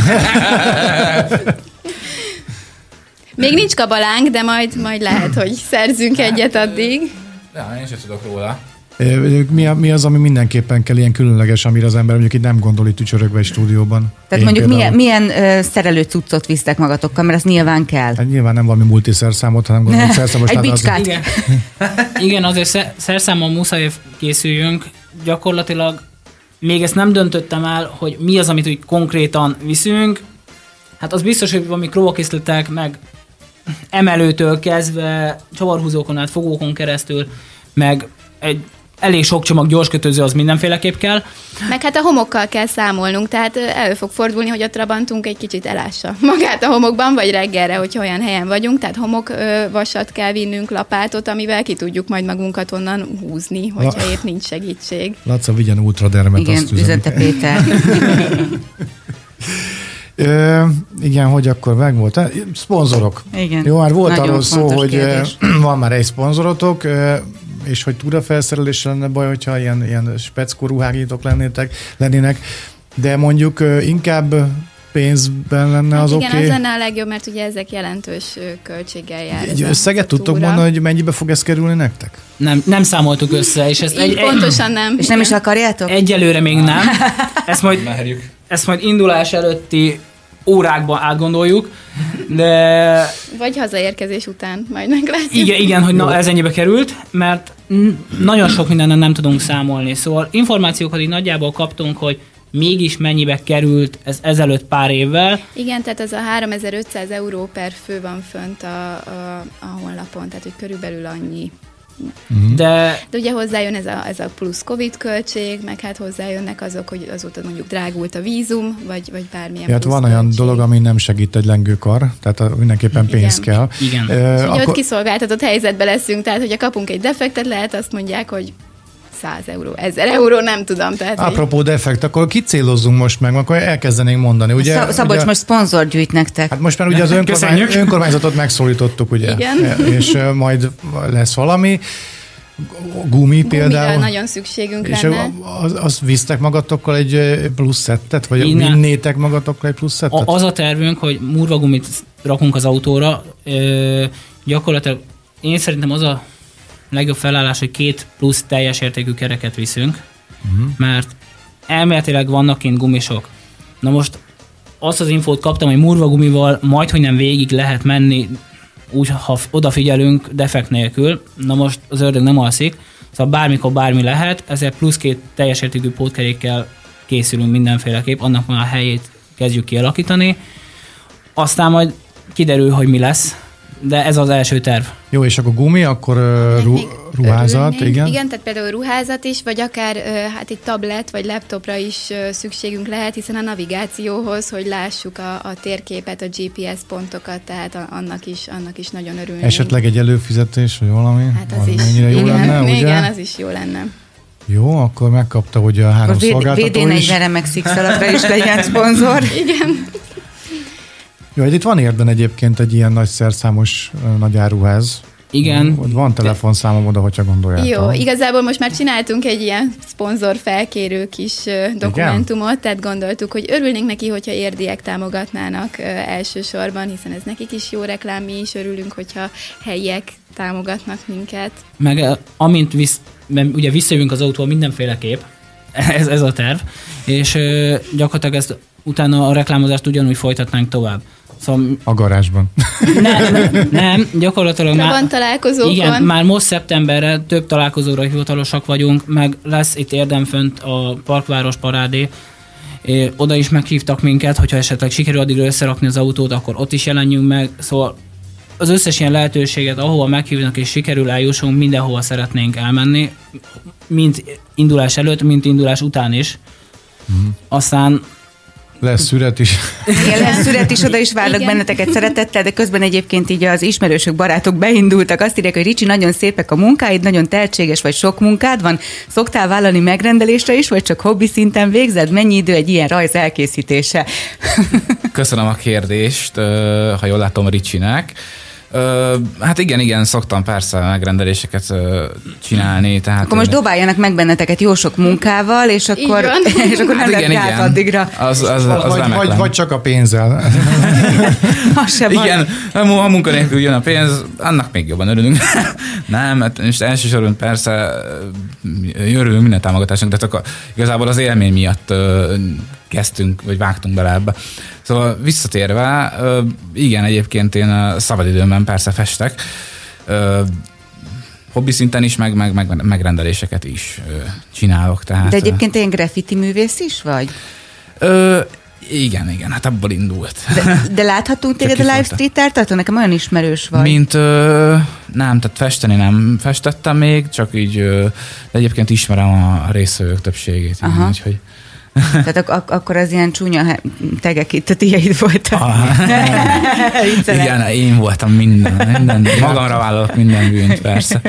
E: Még nincs kabalánk, de majd, majd lehet, hogy szerzünk hát, egyet addig.
F: Ja, én sem tudok róla.
D: Mi, mi az, ami mindenképpen kell ilyen különleges, amire az ember mondjuk itt nem gondol itt ücsörögve egy stúdióban?
C: Tehát én mondjuk milyen, milyen uh, szerelő cuccot visztek magatokkal, mert az nyilván kell.
D: Hát nyilván nem valami multiszerszámot, hanem gondolom, hogy szerszámos.
C: Egy bicskát.
G: Az... Igen. Igen, azért szerszámon muszáj készüljünk. Gyakorlatilag még ezt nem döntöttem el, hogy mi az, amit úgy konkrétan viszünk. Hát az biztos, hogy valami klóvakészletek, meg emelőtől kezdve, csavarhúzókon át, fogókon keresztül, meg egy elég sok csomag gyorskötőző az mindenféleképp kell.
E: Meg hát a homokkal kell számolnunk, tehát elő fog fordulni, hogy a Trabantunk egy kicsit elássa magát a homokban, vagy reggelre, hogyha olyan helyen vagyunk, tehát homokvasat kell vinnünk, lapátot, amivel ki tudjuk majd magunkat onnan húzni, hogyha La... épp nincs segítség.
D: Laca, vigyen ultradermet,
C: igen,
D: azt üzente
C: Péter.
D: Ö, igen, hogy akkor meg volt. Szponzorok.
C: Igen.
D: Jó, már volt arról szó, hogy kérdés. Van már egy szponzorotok, és hogy túrafelszerelésre lenne baj, hogyha ilyen, ilyen speckó ruhágítók lennétek, lennének, de mondjuk inkább pénzben lenne hát az oké.
E: Igen, okay. Az lenne a legjobb, mert ugye ezek jelentős költséggel jár.
D: Egy összeget tudtok mondani, hogy mennyibe fog ez kerülni nektek?
G: Nem, nem számoltuk össze. És ezt
E: egy, pontosan nem.
C: És nem is akarjátok?
G: Egyelőre még nem. Ezt majd, ezt majd indulás előtti órákban átgondoljuk, de...
E: Vagy hazaérkezés után majd meglátjuk.
G: Igen, igen, hogy na, ez ennyibe került, mert nagyon sok mindenen nem tudunk számolni. Szóval információkat így nagyjából kaptunk, hogy mégis mennyibe került ez ezelőtt pár évvel.
E: Igen, tehát ez a háromezer-ötszáz euró per fő van fönt a, a, a honlapon, tehát hogy körülbelül annyi.
G: Uh-huh. De,
E: De ugye hozzájön ez a, ez a plusz Covid költség, meg hát hozzájönnek azok, hogy azóta mondjuk drágult a vízum, vagy, vagy bármilyen
D: ja,
E: plusz
D: van
E: költség.
D: olyan dolog, ami nem segít egy lengőkar, tehát mindenképpen pénz
E: igen.
D: kell.
G: Igen.
E: Uh, és akkor... ott kiszolgáltatott helyzetben leszünk, tehát hogyha kapunk egy defektet, lehet azt mondják, hogy száz euró, ezer euró, nem tudom. Tehát
D: apropó így... defekt, akkor kicélozzunk most meg, akkor elkezdenénk mondani. Ugye,
C: Szab- Szabolcs
D: ugye,
C: most szponzort gyűjt nektek.
D: Hát most már ugye az önkormány, önkormányzatot megszólítottuk, ugye?
E: Igen.
D: És majd lesz valami. Gumi például.
E: Gumira nagyon szükségünk
D: és
E: lenne.
D: És azt visztek magatokkal egy plusz szettet, vagy Innen. vinnétek magatokkal egy plusz szettet?
G: A, az a tervünk, hogy murvagumit rakunk az autóra. Ö, gyakorlatilag én szerintem az a legjobb felállás, hogy két plusz teljes értékű kereket viszünk, uh-huh. mert elméletileg vannak kint gumisok. Na most azt az infót kaptam, hogy murvagumival majdhogy nem végig lehet menni, úgy, ha odafigyelünk, defekt nélkül. Na most az ördög nem alszik, szóval bármikor bármi lehet, ezért plusz két teljes értékű pótkerékkel készülünk mindenféleképp, annak már a helyét kezdjük kialakítani. Aztán majd kiderül, hogy mi lesz, de ez az első terv.
D: Jó, és akkor gumi, akkor uh, ru- ruházat,
E: örülnénk.
D: igen?
E: Igen, tehát például ruházat is, vagy akár uh, hát egy tablet, vagy laptopra is uh, szükségünk lehet, hiszen a navigációhoz, hogy lássuk a, a térképet, a gé pé es pontokat, tehát a, annak, is, annak is nagyon örülnénk.
D: Esetleg egy előfizetés, vagy valami?
E: Hát az is.
D: Mennyire jó
E: igen,
D: lenne, ugye?
E: Igen, az is jó lenne.
D: Jó, akkor megkapta, hogy a három
C: akkor
D: szolgáltató is.
C: vé dé negyvenre meg Szikszalatra is legyen szponzor.
E: Igen.
D: Jó, itt van Érden egyébként egy ilyen nagy szerszámos nagy áruház.
G: Igen.
D: Ott van telefonszámom oda, hogyha gondoljátok.
E: Jó, igazából most már csináltunk egy ilyen szponzor felkérő kis dokumentumot, igen? Tehát gondoltuk, hogy örülnénk neki, hogyha érdiek támogatnának elsősorban, hiszen ez nekik is jó reklám, mi is örülünk, hogyha helyiek támogatnak minket.
G: Meg amint visz, ugye visszajövünk az autóval mindenféleképp, ez, ez a terv, és gyakorlatilag ezt utána a reklámozást ugyanúgy folytatnánk tovább. Szóval,
D: a garázsban.
G: Ne, ne, nem, gyakorlatilag
E: már...
G: Van
E: találkozókon.
G: Igen, már most szeptemberre több találkozóra hivatalosak vagyunk, meg lesz itt Érden fönt a Parkváros parádé. É, oda is meghívtak minket, hogyha esetleg sikerül addigra összerakni az autót, akkor ott is jelenjünk meg. Szóval az összes ilyen lehetőséget, ahova meghívnak és sikerül eljussunk, mindenhova szeretnénk elmenni, mint indulás előtt, mint indulás után is. Mm. Aztán
D: lesz szüret is.
C: Igen, lesz szüret is, oda is várlak benneteket szeretettel, de közben egyébként így az ismerősök, barátok beindultak. Azt írják, hogy Ricsi, nagyon szépek a munkáid, nagyon tehetséges vagy, sok munkád van. Szoktál vállalni megrendelésre is, vagy csak hobbi szinten végzed? Mennyi idő egy ilyen rajz elkészítése?
F: Köszönöm a kérdést, ha jól látom Ricsinek. Ö, hát igen, igen, szoktam persze megrendeléseket ö, csinálni. Tehát
C: akkor most dobáljanak meg benneteket jó sok munkával, és akkor, és akkor nem
F: hát
C: lesz gáz addigra.
F: Az, az, az
D: vagy, vagy, vagy csak a pénzzel.
C: Az se
F: igen, ha munkanélkül jön a pénz, annak még jobban örülünk. Nem, hát most elsősorban persze örülünk minden támogatásnak, de akkor igazából az élmény miatt ö, kezdtünk, vagy vágtunk bele ebbe. Szóval visszatérve, igen, egyébként én a szabadidőmben persze festek, hobbi szinten is, meg, meg, meg megrendeléseket is csinálok. Tehát,
C: de egyébként én graffiti művész is vagy?
F: Ö, Igen, igen, hát abból indult.
C: De, de láthatunk téged a Live Street Art-től? Nekem olyan ismerős vagy.
F: Mint, ö, nem, tehát festeni nem festettem még, csak így, ö, de egyébként ismerem a részvevők többségét. Igen, úgyhogy...
C: Tehát ak- akkor az ilyen csúnya tegek itt a tiéd voltak.
F: Igen, én voltam minden, minden. Magamra vállalok minden bűnt, persze.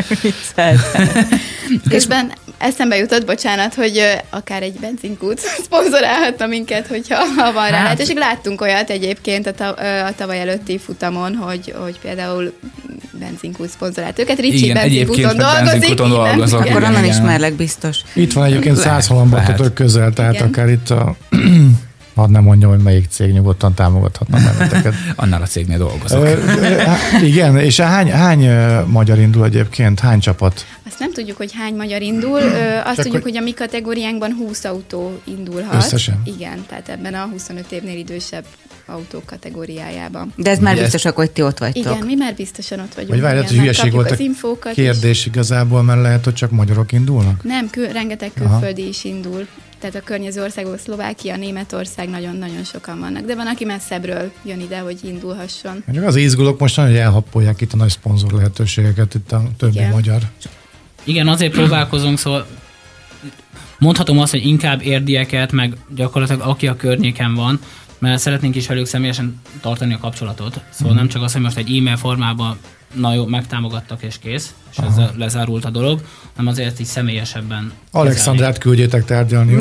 E: Közben eszembe jutott, bocsánat, hogy akár egy benzinkút szponzorálhatna minket, hogyha ha van rá lehetőség. Láttunk olyat egyébként a, tav- a tavaly előtti futamon, hogy, hogy például benzinkút szponzorált őket. Ricsi benzinkúton dolgozik.
F: dolgozok.
C: Akkor onnan ismerlek biztos.
D: Itt van egyébként száz halombattatok közel, tehát igen. Akár itt a... Hadd nem mondjam, hogy melyik cég nyugodtan támogathatna benneteket.
F: Annál a cégnél dolgozok.
D: Igen, és hány, hány magyar indul egyébként? Hány csapat?
E: Azt nem tudjuk, hogy hány magyar indul. Azt Csak tudjuk, hogy... hogy a mi kategóriánkban húsz autó indulhat.
D: Összesen?
E: Igen, tehát ebben a huszonöt évnél idősebb autók kategóriájában.
C: De ez már biztosak, hogy ti ott vagytok.
E: Igen, mi már biztosan ott vagyunk.
D: Vagy várj, hogy hülyeség volt a kérdés is. Igazából, mert lehet, hogy csak magyarok indulnak?
E: Nem, kül, rengeteg külföldi Aha. is indul. Tehát a környező országok, Szlovákia, Németország, nagyon-nagyon sokan vannak. De van, aki messzebbről jön ide, hogy indulhasson.
D: Az izgulok most nagyon, hogy elhappolják itt a nagy szponzor lehetőségeket, itt a többi Igen. magyar.
G: Igen, azért próbálkozunk, szóval mondhatom azt, hogy inkább érdieket, meg gyakorlatilag aki a környéken van, mert szeretnénk is velük személyesen tartani a kapcsolatot. Szóval mm. nem csak az, hogy most egy e-mail formában na jó, megtámogattak és kész, és Aha. ezzel lezárult a dolog, hanem azért így személyesebben.
D: Alexandrát küldjétek tárgyalni.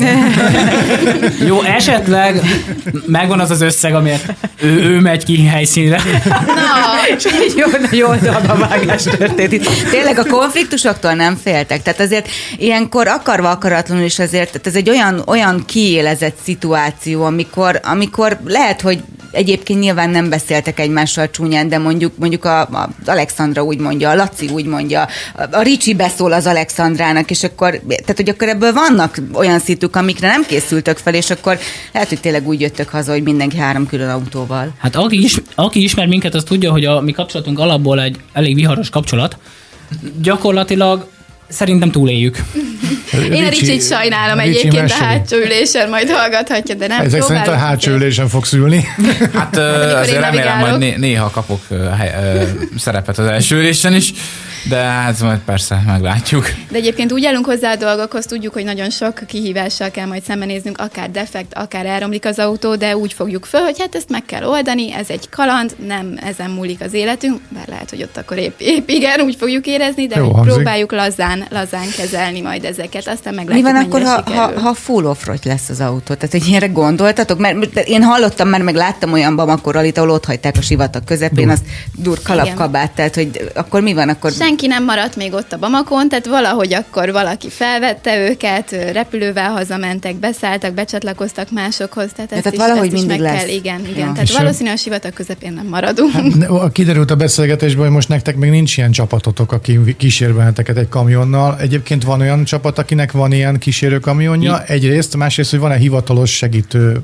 G: Jó, esetleg megvan az az összeg, amiért ő, ő megy ki helyszínre.
C: Na, és egy jó, jó dalbavágás történt itt. Tényleg a konfliktusoktól nem féltek. Tehát azért ilyenkor akarva akaratlanul is azért, tehát ez egy olyan, olyan kiélezett szituáció, amikor, amikor lehet, hogy egyébként nyilván nem beszéltek egymással csúnyán, de mondjuk, mondjuk a, a Alexandra úgy mondja, a Laci úgy mondja, a Ricsi beszól az Alexandrának, és akkor, tehát hogy akkor ebből vannak olyan szituk, amikre nem készültök fel, és akkor lehet, hogy tényleg úgy jöttök haza, hogy mindenki három külön autóval.
G: Hát aki, is, aki ismer minket, az tudja, hogy a mi kapcsolatunk alapból egy elég viharos kapcsolat. Gyakorlatilag szerintem túléljük.
E: Én a Ricsit sajnálom Ricsi egyébként mesélj. A hátsó ülésen, majd hallgathatja, de nem.
D: Ezek szerint a hátsó ülésen fogsz ülni.
F: Hát azért remélem, hogy né- néha kapok hely, ö, szerepet az első ülésen is, de hát majd persze meglátjuk.
E: De egyébként úgy állunk hozzá a dolgokhoz, tudjuk, hogy nagyon sok kihívással kell majd szembenéznünk, akár defekt, akár elromlik az autó, de úgy fogjuk föl, hogy hát ezt meg kell oldani, ez egy kaland, nem ezen múlik az életünk, bár lehet, hogy ott akkor épp, épp igen, úgy fogjuk érezni, de Jó, próbáljuk lazán, lazán kezelni majd ezeket, aztán meglátjuk,
C: mi van akkor, ha, ha, ha full off-road lesz az autó? Tehát, hogy ilyenre gondoltatok? Mert én hallottam már, meg láttam olyan Bamakorral, ahol ott hagyták a sivatag közepén, dur. azt dur kalapkabát, tehát, hogy akkor mi van akkor?
E: Senki nem maradt még ott a Bamakon, tehát valahogy akkor valaki felvette őket, repülővel hazamentek, beszálltak, becsatlakoztak másokhoz, tehát ezt
C: tehát
E: is,
C: valahogy
E: ezt is
C: mindig
E: meg
C: lesz.
E: kell. Igen, igen.
C: Ja.
E: Tehát valószínűleg a sivatag közepén nem maradunk.
D: Hát, kiderült a beszélgetésben, hogy most nektek még nincs ilyen csapatotok, aki kísér benneteket egy kamionnal. Egyébként van olyan csapat, akinek van ilyen kísérő kamionja, egyrészt, másrészt, hogy van-e hivatalos segítő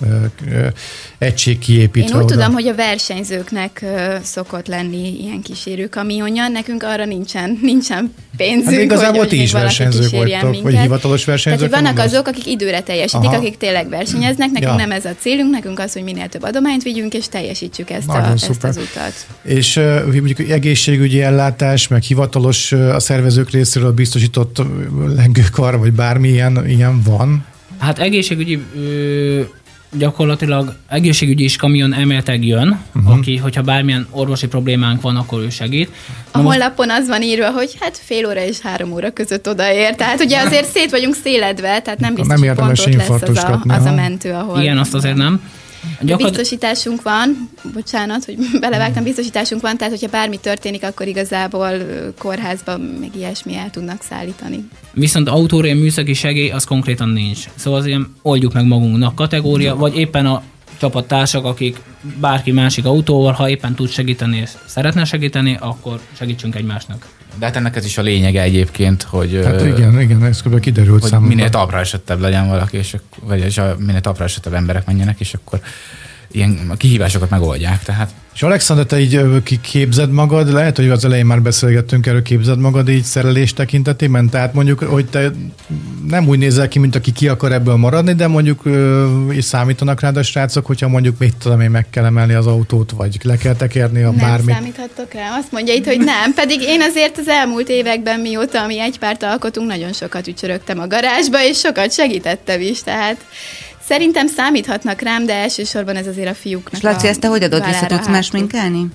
D: egység kiépítve.
E: Én úgy
D: oda.
E: tudom, hogy a versenyzőknek szokott lenni ilyen kísérő kamionja, nekünk arra nincsen, nincsen pénzünk, hát
D: igazából
E: hogy,
D: ti is versenyzők vagytok,
E: minket.
D: vagy hivatalos versenyzők.
E: Tehát, vannak azok, akik időre teljesítik, Aha. akik tényleg versenyeznek, nekünk ja. nem ez a célunk, nekünk az, hogy minél több adományt vigyünk, és teljesítsük ezt, a, ezt az utat.
D: És uh, mondjuk egészségügyi ellátás, meg hivatalos uh, a szervezők részéről biztosított lengőkar, vagy bármi ilyen, ilyen van?
G: Hát egészségügyi ö, gyakorlatilag egészségügyi is kamion emelteg jön, uh-huh. aki, hogyha bármilyen orvosi problémánk van, akkor ő segít.
E: A honlapon az van írva, hogy hát fél óra és három óra között odaér. Tehát ugye azért szét vagyunk széledve, tehát nem biztos, hogy pont ott lesz az a, az a mentő, ahol...
G: Igen, azt azért nem.
E: Gyakor... Biztosításunk van, bocsánat, hogy belevágtam, biztosításunk van, tehát hogyha bármi történik, akkor igazából kórházban meg ilyesmi el tudnak szállítani.
G: Viszont autóra műszaki segély az konkrétan nincs. Szóval az ilyen oldjuk meg magunknak kategória, no. vagy éppen a csapattársak, akik bárki másik autóval, ha éppen tud segíteni és szeretne segíteni, akkor segítsünk egymásnak.
F: De hát ennek ez is a lényege egyébként, hogy,
D: hát igen, igen, ez kb. Kiderült
F: hogy
D: számomra.
F: Minél talpra esettebb legyen valaki, és, vagy és a, minél talpra esettebb emberek menjenek, és akkor ilyen kihívásokat megoldják. Tehát.
D: És Alexandra, te így képzed magad, lehet, hogy az elején már beszélgettünk erről, képzed magad így szerelés tekintetében, tehát mondjuk, hogy te nem úgy nézel ki, mint aki ki akar ebből maradni, de mondjuk is számítanak rád a srácok, hogyha mondjuk mit tudom én, meg kell emelni az autót, vagy le kell tekerni a
E: nem
D: bármit.
E: Nem számíthattok rá, azt mondja itt, hogy nem, pedig én azért az elmúlt években, mióta mi egy párt alkotunk, nagyon sokat ücsörögtem a garázsba, és sokat segítettem is, tehát szerintem számíthatnak rám, de elsősorban ez azért a fiúknak.
C: És Laci, ezt te hogy adod, vissza tudsz más minkelni?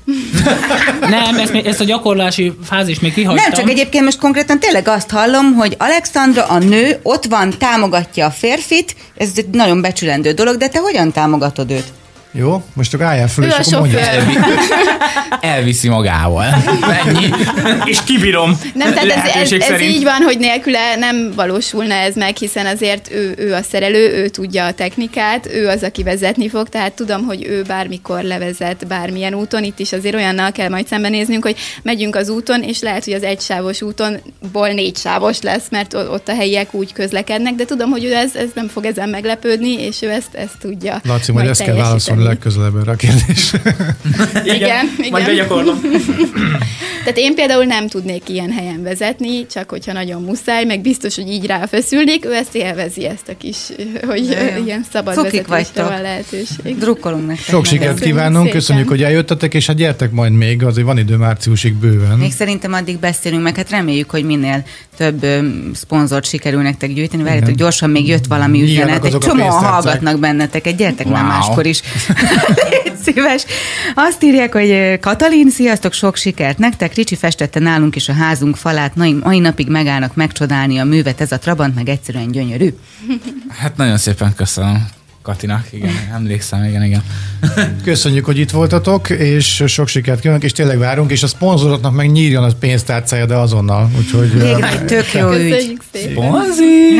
G: Nem, ezt, ezt a gyakorlási fázis még kihagytam.
C: Nem, csak egyébként most konkrétan tényleg azt hallom, hogy Alexandra, a nő, ott van, támogatja a férfit, ez egy nagyon becsülendő dolog, de te hogyan támogatod őt?
D: Jó, most csak álljál föl,
E: ő
D: és akkor mondja.
F: Elvi, elviszi magával. Ennyi.
G: És kibírom.
E: Nem, tehát ez, ez, ez így van, hogy nélküle nem valósulna ez meg, hiszen azért ő, ő a szerelő, ő tudja a technikát, ő az, aki vezetni fog, tehát tudom, hogy ő bármikor levezet bármilyen úton. Itt is azért olyannal kell majd szembenéznünk, hogy megyünk az úton, és lehet, hogy az egysávos útonból négysávos lesz, mert ott a helyiek úgy közlekednek, de tudom, hogy ő ez, ez nem fog ezen meglepődni, és ő ezt, ezt tudja.
D: Laci, majd ezt kell válaszolni legközelebb erre a kérdés.
E: Igen, igen, igen.
G: Majd begyakorlom.
E: Tehát én például nem tudnék ilyen helyen vezetni, csak hogyha nagyon muszáj, meg biztos, hogy így ráfeszülnék, ő ezt élvezi, ezt a kis, hogy Jaj, ilyen szabad
C: Cukik
E: vezetésre van lehetőség.
C: Drukkolunk nektek.
D: Sok sikert kívánunk, köszönjük, hogy eljöttetek, és hát gyertek majd még, azért van idő márciusig bőven.
C: Még szerintem addig beszélünk, meg hát reméljük, hogy minél több szponzort sikerül nektek gyűjteni. Várjátok, gyorsan még jött valami üzenet, egy csomóan hallgatnak benneteket, gyertek wow. már máskor is. Légy szíves. Azt írják, hogy Katalin, sziasztok, sok sikert nektek. Ricsi festette nálunk is a házunk falát, mai napig megállnak megcsodálni a művet, ez a Trabant meg egyszerűen gyönyörű.
F: Hát nagyon szépen köszönöm Katinak, igen, emlékszem, igen, igen.
D: Köszönjük, hogy itt voltatok, és sok sikert kívánok, és tényleg várunk, és a szponzoroknak meg nyírjon a pénztárcája, de azonnal. Úgyhogy,
C: végre egy tök jó ügy.
E: Köszönjük szépen.
F: Szponzi!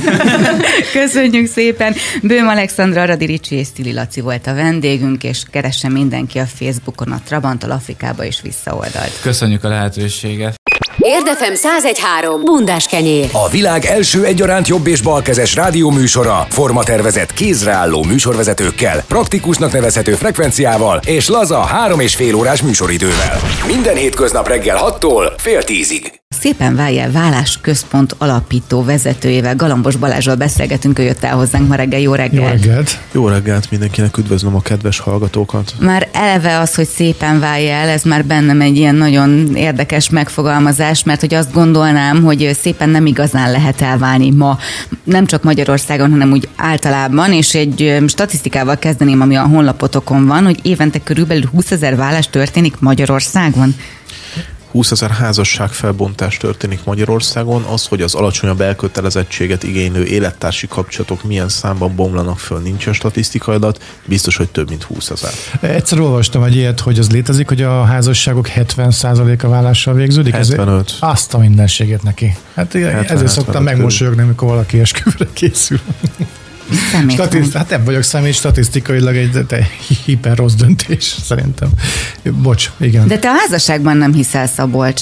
C: Köszönjük szépen. Bőm Alexandra, Aradi Ricsi és Szili Laci volt a vendégünk, és keressen mindenki a Facebookon a Trabanttal Afrikába és vissza oldalt.
F: Köszönjük a lehetőséget.
B: Érdefem száz egy három. Bundás kenyér.
A: A világ első egyaránt jobb és balkezes rádióműsora, formatervezett kézre álló műsorvezetőkkel, praktikusnak nevezhető frekvenciával és laza három és fél órás műsoridővel. Minden hétköznap reggel hattól fél tízig.
C: Szépen Váljál Vállás Központ alapító vezetőjével, Galambos Balázsral beszélgetünk, ő jött el hozzánk ma reggel. Jó reggelt!
D: Jó reggelt!
H: Jó reggelt mindenkinek, üdvözlöm a kedves hallgatókat!
C: Már eleve az, hogy szépen váljál, ez már bennem egy ilyen nagyon érdekes megfogalmazás, mert hogy azt gondolnám, hogy szépen nem igazán lehet elválni ma, nem csak Magyarországon, hanem úgy általában, és egy statisztikával kezdeném, ami a honlapotokon van, hogy évente körülbelül húszezer vállás történik Magyarországon.
H: húszezer házasságfelbontás történik Magyarországon. Az, hogy az alacsonyabb elkötelezettséget igénylő élettársi kapcsolatok milyen számban bomlanak föl, nincsen statisztikai adat, biztos, hogy több mint húszezer.
D: Egyszer olvastam egy ilyet, hogy az létezik, hogy a házasságok hetven százaléka vállással végződik.
H: hetvenöt.
D: Ez azt a mindenségét neki. Hát
H: hetven,
D: ezért szoktam megmosolyogni, amikor valaki esküvőre készül. Statiszt, hát nem vagyok személy, statisztikailag egy te, hiper rossz döntés, szerintem. Bocs, igen.
C: De te a házasságban nem hiszel, Szabolcs?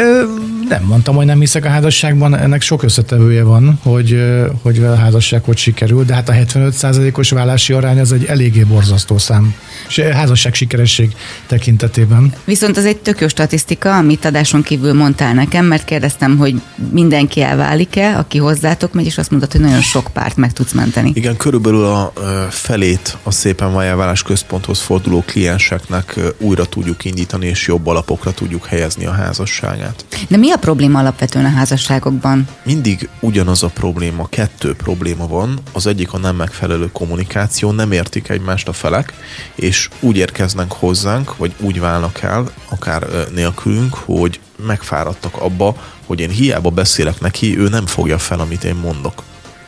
D: Nem mondtam, hogy nem hiszek a házasságban, ennek sok összetevője van, hogy, hogy a házasság hogy sikerül, de hát a hetvenöt százalékos vállási arány az egy eléggé borzasztó szám. Házasság sikeresség tekintetében.
C: Viszont az egy tök jó statisztika, amit adáson kívül mondtál nekem, mert kérdeztem, hogy mindenki elválik-e, aki hozzátok megy, és azt mondod, hogy nagyon sok párt meg tudsz menteni.
H: Igen, körülbelül a felét a Szépen Váljál Vállás Központhoz forduló klienseknek újra tudjuk indítani, és jobb alapokra tudjuk helyezni a házasságát.
C: De mi a probléma alapvetően a házasságokban?
H: Mindig ugyanaz a probléma, kettő probléma van. Az egyik a nem megfelelő kommunikáció, nem értik egymást a felek, és úgy érkeznek hozzánk, vagy úgy válnak el, akár nélkülünk, hogy megfáradtak abba, hogy én hiába beszélek neki, ő nem fogja fel, amit én mondok.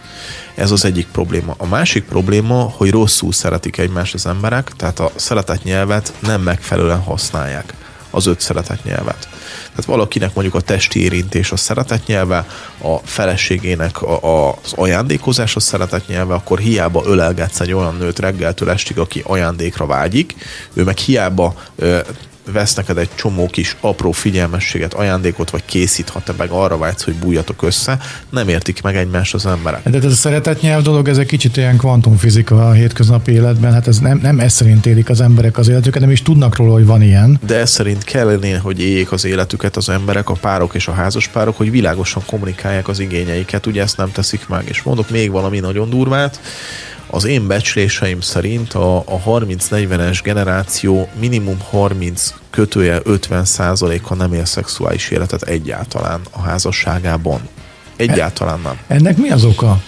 H: Ez az egyik probléma. A másik probléma, hogy rosszul szeretik egymást az emberek, tehát a szeretett nyelvet nem megfelelően használják, az öt szeretett nyelvet. Tehát valakinek mondjuk a testi érintés a szeretett nyelve, a feleségének a, a, az ajándékozás a szeretett nyelve, akkor hiába ölelgetsz egy olyan nőt reggeltől estig, aki ajándékra vágyik, ő meg hiába ö, vesz neked egy csomó kis apró figyelmességet, ajándékot, vagy készít, ha te meg arra vágysz, hogy bújjatok össze, nem értik meg egymást az emberek.
D: De ez a szeretetnyelv dolog, ez egy kicsit ilyen kvantumfizika a hétköznapi életben, hát ez nem, nem ez szerint élik az emberek az életüket, nem is tudnak róla, hogy van ilyen.
H: De ez szerint kellene, hogy éljék az életüket az emberek, a párok és a házaspárok, hogy világosan kommunikálják az igényeiket, ugye ezt nem teszik meg. És mondok még valami nagyon durvát, az én becsléseim szerint a, a harminc-negyvenes generáció minimum harminc kötője ötven százaléka nem él szexuális életet egyáltalán a házasságában. Egyáltalán nem.
D: Ennek mi az oka?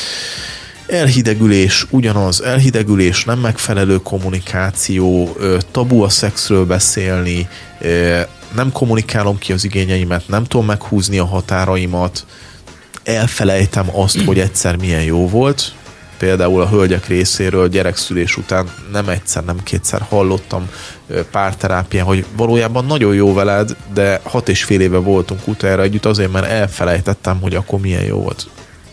H: Elhidegülés, ugyanaz, elhidegülés, nem megfelelő kommunikáció, tabu a szexről beszélni, nem kommunikálom ki az igényeimet, nem tudom meghúzni a határaimat, elfelejtem azt, hogy egyszer milyen jó volt. Például a hölgyek részéről gyerekszülés után nem egyszer, nem kétszer hallottam párterápián, hogy valójában nagyon jó veled, de hat és fél éve voltunk utána együtt azért, mert elfelejtettem, hogy akkor milyen jó volt.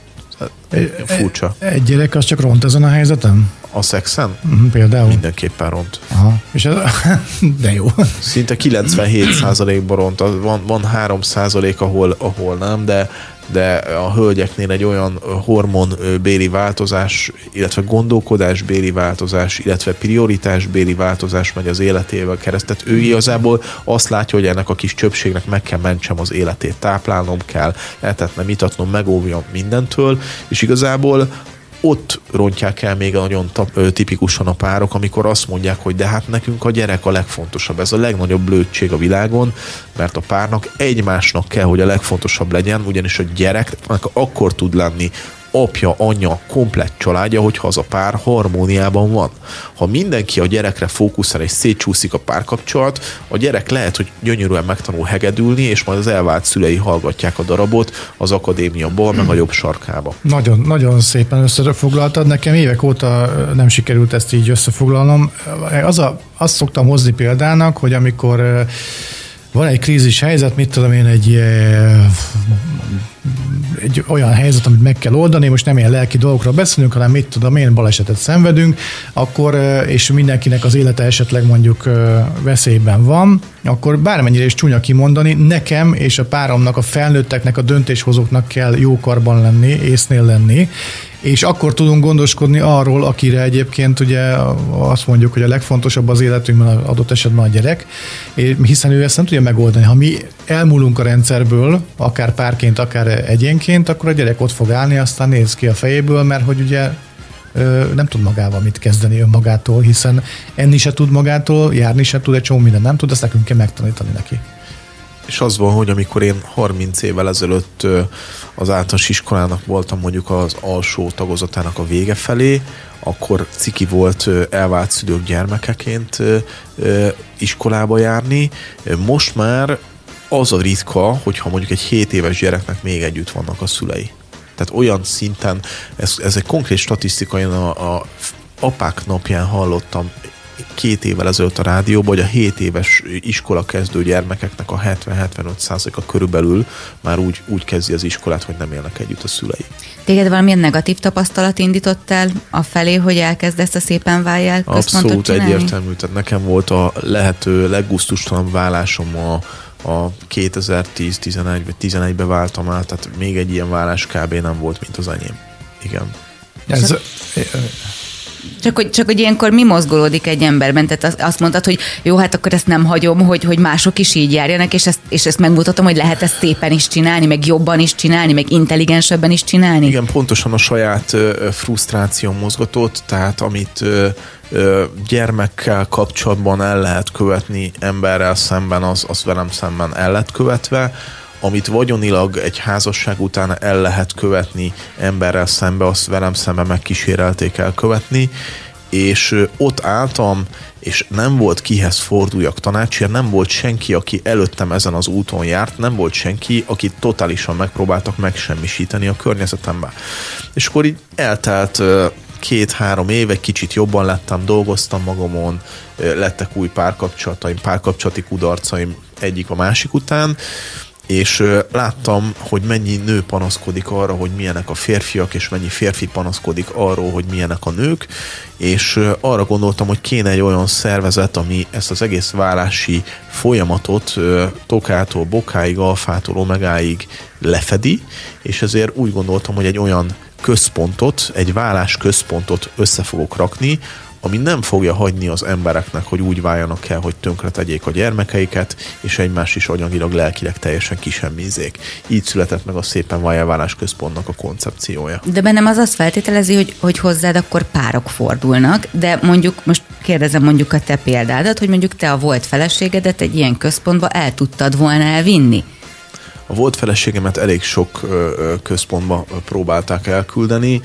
H: Furcsa.
D: Egy gyerek az csak ront ezen a helyzeten?
H: A szexen?
D: Uh-huh, például?
H: Mindenképpen ront.
D: Aha. És ez, de jó.
H: Szinte kilencvenhét százalékban ront. Van, van három százalék, ahol, ahol nem, de de a hölgyeknél egy olyan hormonbéli változás, illetve gondolkodásbéli változás, illetve prioritásbéli változás megy az életével keresztül. Ő igazából azt látja, hogy ennek a kis csöpségnek meg kell mentsem az életét, táplálnom kell, etetnem, itatnom, megóvjam mindentől, és igazából ott rontják el még nagyon tipikusan a párok, amikor azt mondják, hogy de hát nekünk a gyerek a legfontosabb. Ez a legnagyobb blödség a világon, mert a párnak egymásnak kell, hogy a legfontosabb legyen, ugyanis a gyereknek akkor tud lenni apja, anyja, komplett családja, hogyha az a pár harmóniában van. Ha mindenki a gyerekre fókuszál és szétcsúszik a párkapcsolat, a gyerek lehet, hogy gyönyörűen megtanul hegedülni, és majd az elvált szülei hallgatják a darabot az akadémia bal, meg a jobb sarkába.
D: Nagyon, nagyon szépen összefoglaltad. Nekem évek óta nem sikerült ezt így összefoglalnom. Az a, azt szoktam hozni példának, hogy amikor van egy krízis helyzet, mit tudom én, egy, egy olyan helyzet, amit meg kell oldani, most nem ilyen lelki dolgokról beszélünk, hanem mit tudom én, balesetet szenvedünk, akkor, és mindenkinek az élete esetleg mondjuk veszélyben van, akkor bármennyire is csúnya kimondani, nekem és a páromnak, a felnőtteknek, a döntéshozóknak kell jó karban lenni, észnél lenni, és akkor tudunk gondoskodni arról, akire egyébként ugye azt mondjuk, hogy a legfontosabb az életünkben adott esetben a gyerek, hiszen ő ezt nem tudja megoldani. Ha mi elmúlunk a rendszerből, akár párként, akár egyénként, akkor a gyerek ott fog állni, aztán néz ki a fejéből, mert hogy ugye nem tud magával mit kezdeni önmagától, hiszen enni se tud magától, járni se tud, egy csomó minden nem tud, ezt nekünk kell megtanítani neki.
H: És az van, hogy amikor én harminc évvel ezelőtt az általános iskolának voltam mondjuk az alsó tagozatának a vége felé, akkor ciki volt elvált szülők gyermekeként iskolába járni. Most már az a ritka, hogyha mondjuk egy hét éves gyereknek még együtt vannak a szülei. Tehát olyan szinten, ez, ez egy konkrét statisztika, én a, a apák napján hallottam két évvel ezelőtt a rádióban, hogy a hét éves iskola kezdő gyermekeknek a hetven-hetvenöt százaléka körülbelül már úgy, úgy kezdi az iskolát, hogy nem élnek együtt a szülei.
C: Téged valamilyen negatív tapasztalat indított el a felé, hogy elkezd ezt a szépen váljál központot csinálni?
H: Abszolút egyértelmű. Tehát nekem volt a lehető leggusztustalan vállásom a, a kétezer-tíz-tizenegy vagy tizenegybe váltam el, tehát még egy ilyen vállás kb. Nem volt, mint az enyém. Igen.
D: Ez...
C: Csak hogy, csak hogy ilyenkor mi mozgolódik egy emberben? Tehát azt mondtad, hogy jó, hát akkor ezt nem hagyom, hogy, hogy mások is így járjanak, és ezt, és ezt megmutatom, hogy lehet ezt szépen is csinálni, meg jobban is csinálni, meg intelligensebben is csinálni?
H: Igen, pontosan a saját frusztráció mozgatott, tehát amit gyermekkel kapcsolatban el lehet követni emberrel szemben, az, az velem szemben el lett követve, amit vagyonilag egy házasság után el lehet követni emberrel szembe, azt velem szembe megkísérelték elkövetni, és ott álltam, és nem volt kihez forduljak tanácsért, nem volt senki, aki előttem ezen az úton járt, nem volt senki, akit totálisan megpróbáltak megsemmisíteni a környezetemben. És akkor így eltelt két-három év, egy kicsit jobban lettem, dolgoztam magamon, lettek új párkapcsolataim, párkapcsolati kudarcaim egyik a másik után, és láttam, hogy mennyi nő panaszkodik arra, hogy milyenek a férfiak, és mennyi férfi panaszkodik arról, hogy milyenek a nők, és arra gondoltam, hogy kéne egy olyan szervezet, ami ezt az egész válási folyamatot tokától, bokáig, alfától, omegáig lefedi, és ezért úgy gondoltam, hogy egy olyan központot, egy vállás központot össze fogok rakni, ami nem fogja hagyni az embereknek, hogy úgy váljanak el, hogy tönkre tegyék a gyermekeiket, és egymást is anyagilag, lelkileg teljesen kisemmizzék. Így született meg a Szépen Válj El Vállás Központnak a koncepciója.
C: De bennem az azt feltételezi, hogy, hogy hozzád akkor párok fordulnak, de mondjuk, most kérdezem mondjuk a te példádat, hogy mondjuk te a volt feleségedet egy ilyen központba el tudtad volna elvinni?
H: A volt feleségemet elég sok központba próbálták elküldeni,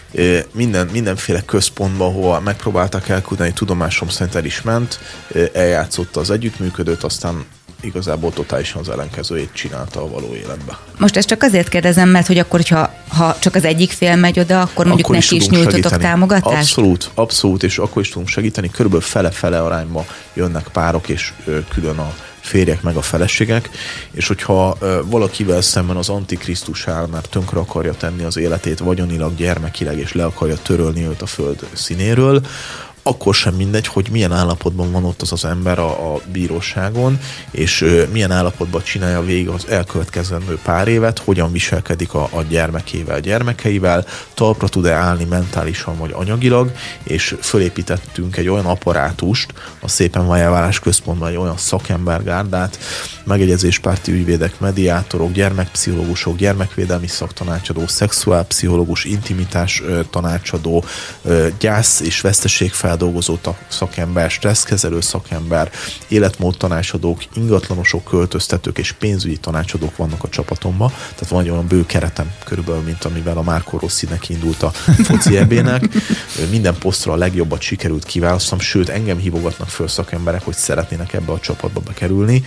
H: Minden, mindenféle központba, ahol megpróbálták elküldeni, tudomásom szerint el is ment, eljátszotta az együttműködőt, aztán igazából totálisan az ellenkezőjét csinálta a való életbe.
C: Most ezt csak azért kérdezem, mert hogy akkor, hogyha ha csak az egyik fél megy oda, akkor mondjuk akkor neki is, is nyújtotok segíteni. Támogatást?
H: Abszolút, abszolút, és akkor is tudunk segíteni. Körülbelül fele-fele arányba jönnek párok, és külön a férjek meg a feleségek, és hogyha ö, valakivel szemben az Antikrisztus áll, mert tönkre akarja tenni az életét vagyonilag, gyermekileg, és le akarja törölni őt a föld színéről, akkor sem mindegy, hogy milyen állapotban van ott az az ember a, a bíróságon, és ö, milyen állapotban csinálja végig az elkövetkezendő pár évet, hogyan viselkedik a, a gyermekével, gyermekeivel, talpra tud-e állni mentálisan vagy anyagilag, és fölépítettünk egy olyan apparátust, a Szépen Válj El Vállás Központban egy olyan szakembergárdát, megegyezéspárti ügyvédek, mediátorok, gyermekpszichológusok, gyermekvédelmi szaktanácsadó, szexuálpszichológus, intimitás ö, tanácsadó, ö, gyász és veszteségfeldolgozó szakember, stresszkezelő szakember, életmód tanácsadók, ingatlanosok, költöztetők és pénzügyi tanácsadók vannak a csapatomban. Tehát van egy olyan bő keretem körülbelül, mint amivel a Marco Rossinek indult a foci ebének. Minden posztra a legjobbat sikerült kiválasztom, sőt engem hívogatnak föl szakemberek, hogy szeretnének ebbe a csapatba bekerülni.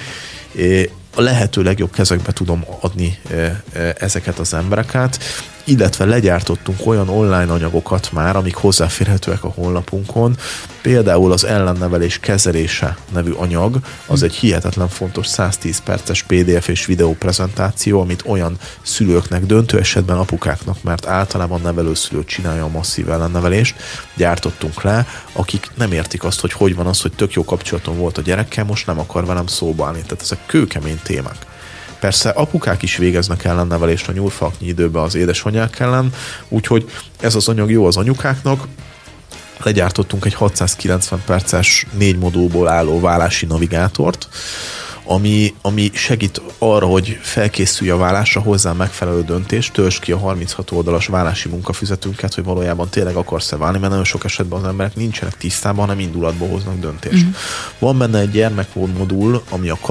H: A lehető legjobb kezekbe tudom adni ezeket az embereket, illetve legyártottunk olyan online anyagokat már, amik hozzáférhetőek a honlapunkon. Például az ellennevelés kezelése nevű anyag, az egy hihetetlen fontos száztíz perces pé dé ef és videó prezentáció, amit olyan szülőknek, döntő esetben apukáknak, mert általában nevelőszülő csinálja a masszív ellennevelést, gyártottunk le, akik nem értik azt, hogy hogy van az, hogy tök jó kapcsolatom volt a gyerekkel, most nem akar velem szóba állni. Tehát ezek kőkemény témák. Persze apukák is végeznek ellennevelést a nyúlfalknyi időben az édesanyák ellen, úgyhogy ez az anyag jó az anyukáknak. Legyártottunk egy hatszázkilencven perces négy modulból álló vállási navigátort, ami, ami segít arra, hogy felkészülj a vállásra, hozzá megfelelő döntést, töltsd ki a harminchat oldalas vállási munkafüzetünket, hogy valójában tényleg akarsz-e válni, mert nagyon sok esetben az emberek nincsenek tisztában, hanem indulatból hoznak döntést. Mm. Van benne egy gyermekmód modul, ami a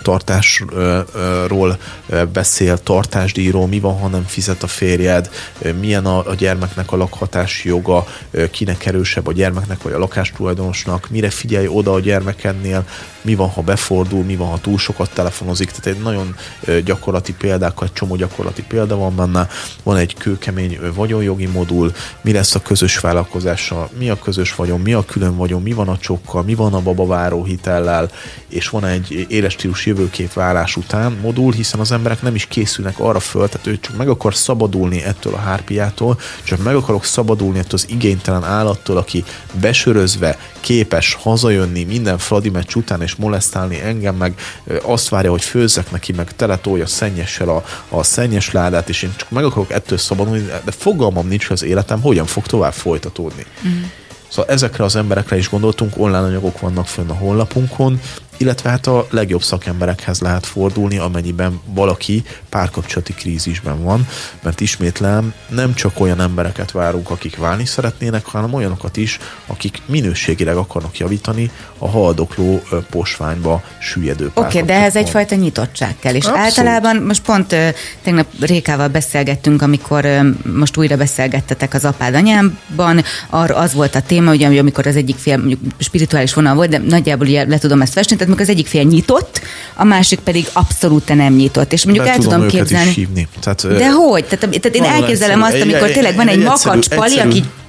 H: kapcsolattartásról beszél, tartásdíjról, mi van, ha nem fizet a férjed, milyen a, a gyermeknek a lakhatási joga, kinek erősebb a gyermeknek vagy a lakástulajdonosnak, mire figyelj oda a gyermekednél, mi van, ha befordul, mi van, ha túl sokat telefonozik, tehát egy nagyon gyakorlati példákkal, egy csomó gyakorlati példa van benne, van egy kőkemény vagyonjogi modul, mi lesz a közös vállalkozással, mi a közös vagyon, mi a külön vagyon, mi van a csokkal, mi van a babaváró hitellel, és van egy éles stílus jövőkép vállás után modul, hiszen az emberek nem is készülnek arra föl, tehát ő csak meg akar szabadulni ettől a hárpiától, csak meg akarok szabadulni ettől az igénytelen állattól, aki besörözve képes hazajönni minden fradi meccs után és molesztálni engem, meg azt várja, hogy főzzek neki, meg teletolja szennyessel a, a szennyes ládát, és én csak meg akarok ettől szabadulni, de fogalmam nincs, hogy az életem hogyan fog tovább folytatódni. Mm. Szóval ezekre az emberekre is gondoltunk, online anyagok vannak fönn a honlapunkon, illetve hát a legjobb szakemberekhez lehet fordulni, amennyiben valaki párkapcsolati krízisben van, mert ismétlem, nem csak olyan embereket várunk, akik válni szeretnének, hanem olyanokat is, akik minőségileg akarnak javítani a haldokló posványba süllyedő párkapcsolatban.
C: Oké, okay, de ez egyfajta nyitottság kell, és abszolút. Általában most pont uh, tegnap Rékával beszélgettünk, amikor uh, most újra beszélgettetek az apád anyámban, arra az volt a téma, ugye, amikor az egyik fél mondjuk spirituális vonal volt, de nagyjából ugye le tudom ezt festeni, tehát az egyik fél nyitott, a másik pedig abszolút nem nyitott. És mondjuk
H: be
C: el tudom, tudom képzelni.
H: Is hívni. Tehát,
C: de hogy? Tehát, tehát én elképzelem azt, amikor tényleg van egy makacs pali, aki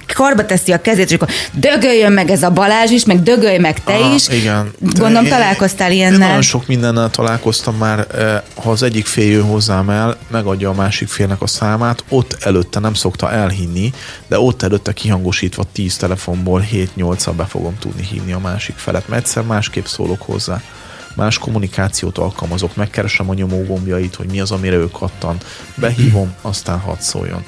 C: karba teszi a kezét, és akkor dögöljön meg ez a Balázs is, meg dögölj meg te Aha, is.
H: Igen.
C: Gondolom én, találkoztál ilyennel.
H: Én nagyon sok mindennel találkoztam már, ha az egyik fél jön hozzám el, megadja a másik félnek a számát, ott előtte nem szokta elhinni, de ott előtte kihangosítva tíz telefonból hét-nyolccal be fogom tudni hívni a másik felet, mert egyszer másképp szólok hozzá. Más kommunikációt alkalmazok, megkeresem a nyomógombjait, hogy mi az, amire ő kattan. Behívom, aztán hadd szóljon.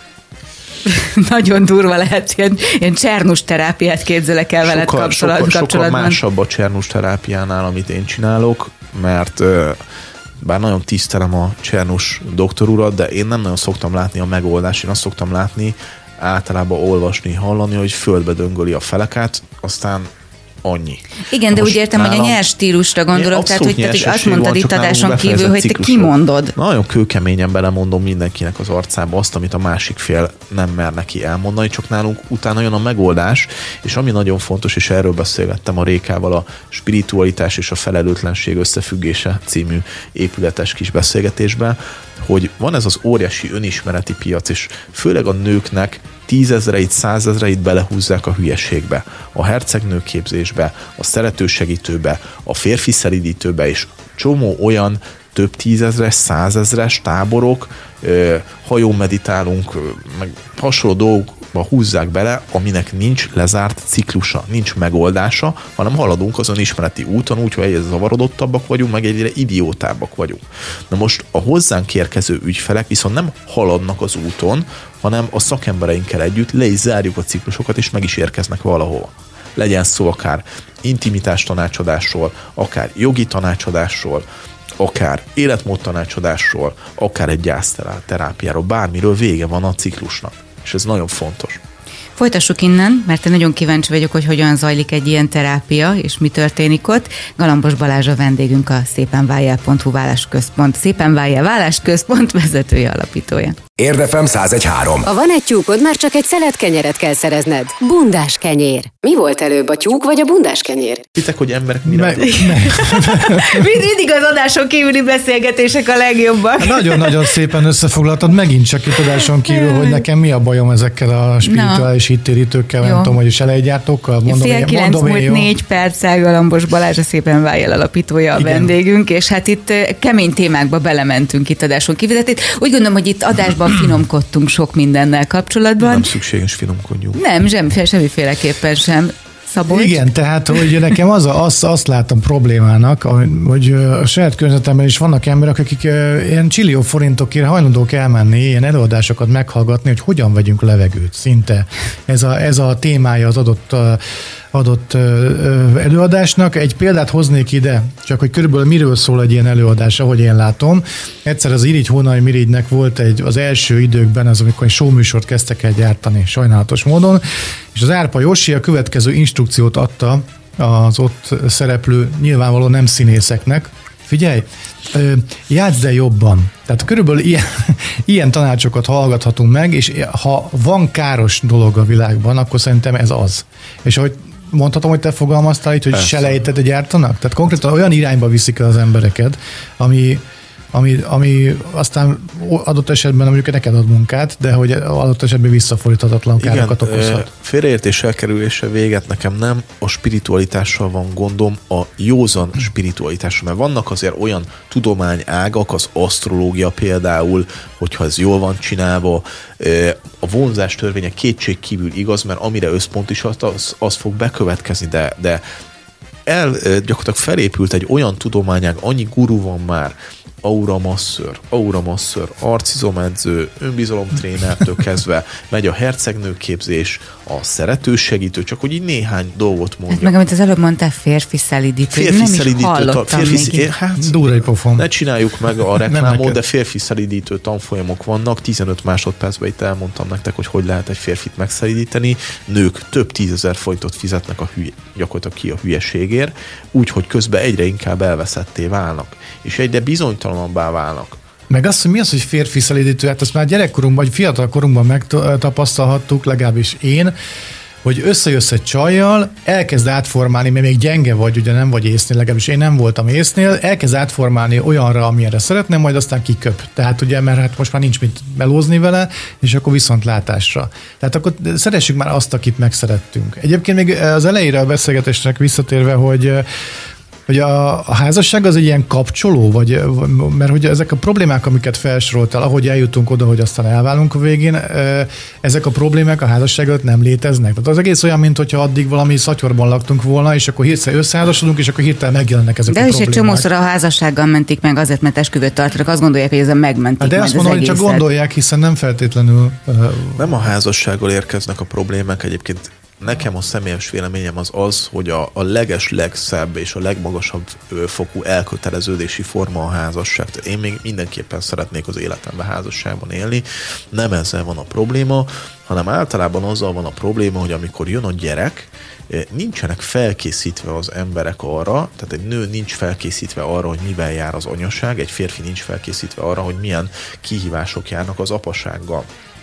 C: Nagyon durva lehet, ilyen, ilyen csernus terápiát képzelek el veled
H: sokkal,
C: kapcsolat,
H: sokkal,
C: kapcsolatban.
H: Sokkal másabb a csernus terápiánál, amit én csinálok, mert bár nagyon tisztelem a csernus doktor urat, de én nem nagyon szoktam látni a megoldást, én azt szoktam látni, általában olvasni, hallani, hogy földbe döngöli a feleket, aztán annyi.
C: Igen, de úgy értem, nálam, hogy a nyers stílusra gondolok, tehát hogy, tehát, hogy azt mondtad itt adáson kívül, hogy te kimondod.
H: Nagyon kőkeményen belemondom mindenkinek az arcába azt, amit a másik fél nem mer neki elmondani, csak nálunk utána jön a megoldás, és ami nagyon fontos, és erről beszélgettem a Rékával, a spiritualitás és a felelőtlenség összefüggése című épületes kis beszélgetésben, hogy van ez az óriási önismereti piac, és főleg a nőknek tízezreit, százezreit belehúzzák a hülyeségbe, a hercegnőképzésbe, a szeretősegítőbe, a férfi szelídítőbe, és csomó olyan több tízezres, százezres táborok, hajón meditálunk, meg hasonló dolgokba húzzák bele, aminek nincs lezárt ciklusa, nincs megoldása, hanem haladunk az önismereti úton, úgyhogy egyre zavarodottabbak vagyunk, meg egyre idiótábbak vagyunk. Na most a hozzánk érkező ügyfelek viszont nem haladnak az úton, hanem a szakembereinkkel együtt le is zárjuk a ciklusokat, és meg is érkeznek valahova. Legyen szó akár intimitás tanácsadásról, akár jogi tanácsadásról, akár életmód tanácsadásról, akár egy gyászterápiáról, bármiről vége van a ciklusnak. És ez nagyon fontos.
C: Folytassuk innen, mert én nagyon kíváncsi vagyok, hogy hogyan zajlik egy ilyen terápia, és mi történik ott. Galambos Balázs a vendégünk, a szépenváljel pont hu válásközpont, Szépenváljel válásközpont vezetője, alapítója.
A: Érdefem száz egy három.
B: Ha van egy tyúkod, már csak egy szelet kenyeret kell szerezned. Bundás kenyér. Mi volt előbb, a tyúk vagy a bundás kenyér?
H: Hittek, hogy emberek mire?
C: Me- Mindig az adáson kívüli beszélgetések a legjobbak.
D: Nagyon-nagyon szépen összefoglaltad, megint csak itt adáson kívül, hogy nekem mi a bajom ezekkel a spirituális hittérítőkkel, nem tudom, hogy is elejgyártókkal.
C: Mondom, Fél kilenc mondom múlt négy perccel Galambos Balázs, a Szépenváljel alapítója a Igen. vendégünk, és hát itt kemény témákba belementünk itt adáson kívül. Hát itt úgy gondolom, hogy itt adásban finomkodtunk sok mindennel kapcsolatban.
H: Nem szükséges finomkodjunk.
C: Nem, semmiféle, semmiféleképpen sem. Szabolcs?
D: Igen, tehát, hogy nekem az a, azt, azt látom problémának, hogy a saját környezetemben is vannak emberek, akik ilyen csillió forintokért hajlandók elmenni, ilyen előadásokat meghallgatni, hogy hogyan vegyünk levegőt szinte. Ez a, ez a témája az adott adott előadásnak. Egy példát hoznék ide, csak hogy körülbelül miről szól egy ilyen előadás, ahogy én látom. Egyszer az Irigy Hónai Mirigynek volt egy, az első időkben az, amikor egy showműsort kezdtek el gyártani sajnálatos módon, és az Árpa Jósi a következő instrukciót adta az ott szereplő nyilvánvaló nem színészeknek. Figyelj, játszd el jobban. Tehát körülbelül ilyen, ilyen tanácsokat hallgathatunk meg, és ha van káros dolog a világban, akkor szerintem ez az. És ahogy mondhatom, hogy te fogalmaztál itt, hogy Persze. selejtet gyártanak? Tehát konkrétan olyan irányba viszik el az embereket, ami, ami, ami aztán adott esetben mondjuk neked ad munkát, de hogy adott esetben visszafordíthatatlan károkat okozhat.
H: Félreértés elkerülése véget nekem nem a spiritualitással van gondom, a józan spiritualitással, mert vannak azért olyan tudományágak, az asztrológia például, hogyha ez jól van csinálva, a vonzás törvénye kétség kívül igaz, mert amire összpontosít, az, az fog bekövetkezni, de, de el gyakorlatilag felépült egy olyan tudományág, annyi guru van már, aura masször, aura masször, arcizomedző, önbizalomtrénertől kezdve megy a hercegnőképzés, a szeretősegítő, csak hogy így néhány dolgot mondjak.
C: Meg amit az előbb mondtál, férfi szelidítő.
H: Férfi
C: nem
H: szelidítő,
C: is hallottam
H: férfi,
C: még.
H: É, hát,
D: Durai pofon.
H: Ne csináljuk meg a reklámot, de férfi szelidítő tanfolyamok vannak. tizenöt másodpercben itt elmondtam nektek, hogy hogy lehet egy férfit megszelidíteni. Nők több tízezer forintot fizetnek a hülye, gyakorlatilag ki a hülyeségért, úgyhogy közben egyre inkább elveszetté válnak. És egyre bizonytalanabbá válnak.
D: Meg azt, hogy mi az, hogy férfi szelídítő, hát ezt már gyerekkorunkban, vagy fiatal korunkban megtapasztalhattuk, legalábbis én, hogy összejössz egy csajjal, elkezd átformálni, mert még gyenge vagy, ugye nem vagy észnél, legalábbis én nem voltam észnél, elkezd átformálni olyanra, amilyenre szeretne, majd aztán kiköp. Tehát ugye, mert hát most már nincs mit melózni vele, és akkor viszontlátásra. Tehát akkor szeressük már azt, akit megszerettünk. Egyébként még az elejére a beszélgetésnek visszatérve, hogy hogy a, a házasság az egy ilyen kapcsoló, vagy, mert hogy ezek a problémák, amiket felsoroltál, ahogy eljutunk oda, hogy aztán elválunk a végén, ezek a problémák a házasság előtt nem léteznek. Tehát az egész olyan, mint hogyha addig valami szatyorban laktunk volna, és akkor hirtelen összeházasodunk, és akkor hirtelen megjelennek ezek
C: de
D: a problémák.
C: De is egy csomószor a házassággal mentik meg azért, mert esküvőt tartanak, azt gondolják, hogy ezzel megmentik.
D: De azt mondom, hogy csak gondolják, hiszen nem feltétlenül...
H: Nem a házassággal érkeznek a problémák, egyébként nekem a személyes véleményem az az, hogy a, a leges, legszebb és a legmagasabb fokú elköteleződési forma a házasság. Tehát én még mindenképpen szeretnék az életemben házasságban élni. Nem ezzel van a probléma, hanem általában azzal van a probléma, hogy amikor jön a gyerek, nincsenek felkészítve az emberek arra, tehát egy nő nincs felkészítve arra, hogy mivel jár az anyaság, egy férfi nincs felkészítve arra, hogy milyen kihívások járnak az apasággal.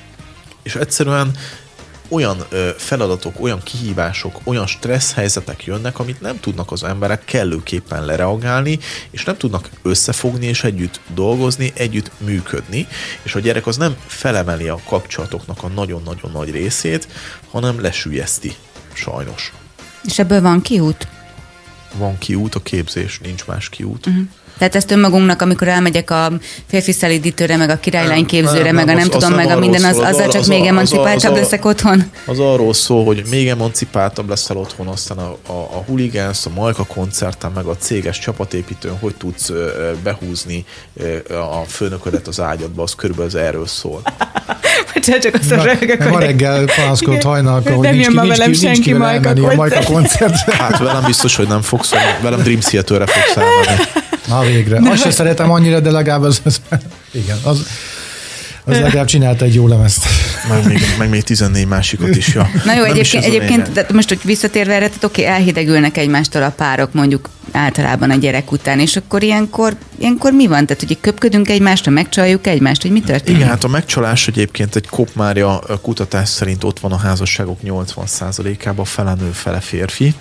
H: És egyszerűen olyan ö, feladatok, olyan kihívások, olyan stressz helyzetek jönnek, amit nem tudnak az emberek kellőképpen lereagálni, és nem tudnak összefogni és együtt dolgozni, együtt működni, és a gyerek az nem felemeli a kapcsolatoknak a nagyon-nagyon nagy részét, hanem lesüllyeszti, sajnos.
C: És ebből van kiút?
H: Van kiút, a képzés, nincs más kiút.
C: Uh-huh. Tehát ezt önmagunknak, amikor elmegyek a férfi szelídítőre, meg a királylány képzőre, nem, meg a nem, nem tudom, az meg a minden, az, azzal csak az még emancipáltabb leszek otthon?
H: Az arról szól, hogy még emancipáltabb leszel otthon, aztán a, a, a Hooligans, a Majka koncerten, meg a céges csapatépítőn, hogy tudsz uh, behúzni uh, a főnöködet az ágyadba, az körülbelül az erről szól.
C: Bocsánat, csak azt a rögök,
D: ma reggel panaszkodott hajnalka, hogy nincs, nincs, nincs, nincs kivel elmenni a Majka koncertre.
H: Hát velem biztos, hogy nem fogsz, velem Dream Theaterre fogsz elmenni.
D: Na végre. Nem. Azt sem szeretem annyira, de legalább az, az igen, az, az legalább csinálta egy jó lemezt.
H: Meg még, meg még tizennégy másikat is, ja.
C: Na jó, nem egyébként, egyébként de most, hogy visszatérve erre, tehát oké, elhidegülnek egymástól a párok, mondjuk általában a gyerek után, és akkor ilyenkor, ilyenkor mi van? Tehát, hogy köpködünk egymásra, megcsaljuk egymást, hogy mi történik?
H: Igen, hát a megcsalás egyébként egy Koppmária kutatás szerint ott van a házasságok nyolcvan százalékában, fele nő, fele férfi.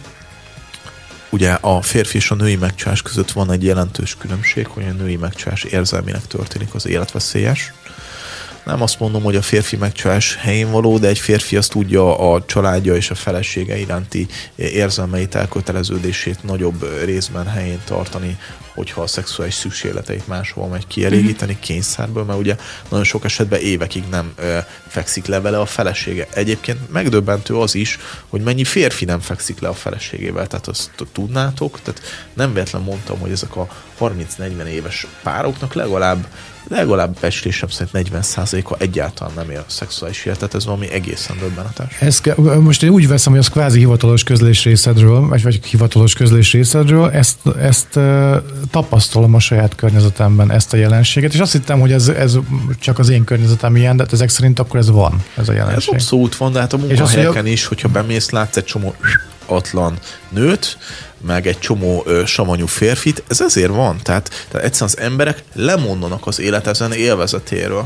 H: Ugye a férfi és a női megcsalás között van egy jelentős különbség, hogy a női megcsalás érzelmileg történik, az életveszélyes. Nem azt mondom, hogy a férfi megcsalás helyén való, de egy férfi azt tudja a családja és a felesége iránti érzelmeit, elköteleződését nagyobb részben helyén tartani, hogyha a szexuális szükségleteit máshol megy kielégíteni kényszerből, mert ugye nagyon sok esetben évekig nem ö, fekszik le vele a felesége. Egyébként megdöbbentő az is, hogy mennyi férfi nem fekszik le a feleségével, tehát azt tudnátok, tehát nem véletlen mondtam, hogy ezek a harminc-negyven éves pároknak legalább legalább becslésem szerint negyven százaléka egyáltalán nem él szexuális életet, ez valami egészen döbbenetes.
D: Ez, most én úgy veszem, hogy az kvázi hivatalos közlés részedről, vagy, vagy hivatalos közlés részedről, ezt, ezt uh, tapasztalom a saját környezetemben, ezt a jelenséget, és azt hittem, hogy ez, ez csak az én környezetem ilyen, de ezek szerint akkor ez van, ez a jelenség.
H: Ez abszolút van, de hát a munkahelyeken is, hogyha bemész, látsz egy csomó atlan nőt, meg egy csomó ö, savanyú férfit, ez ezért van. Tehát, tehát egyszerűen az emberek lemondanak az élet ezen élvezetéről.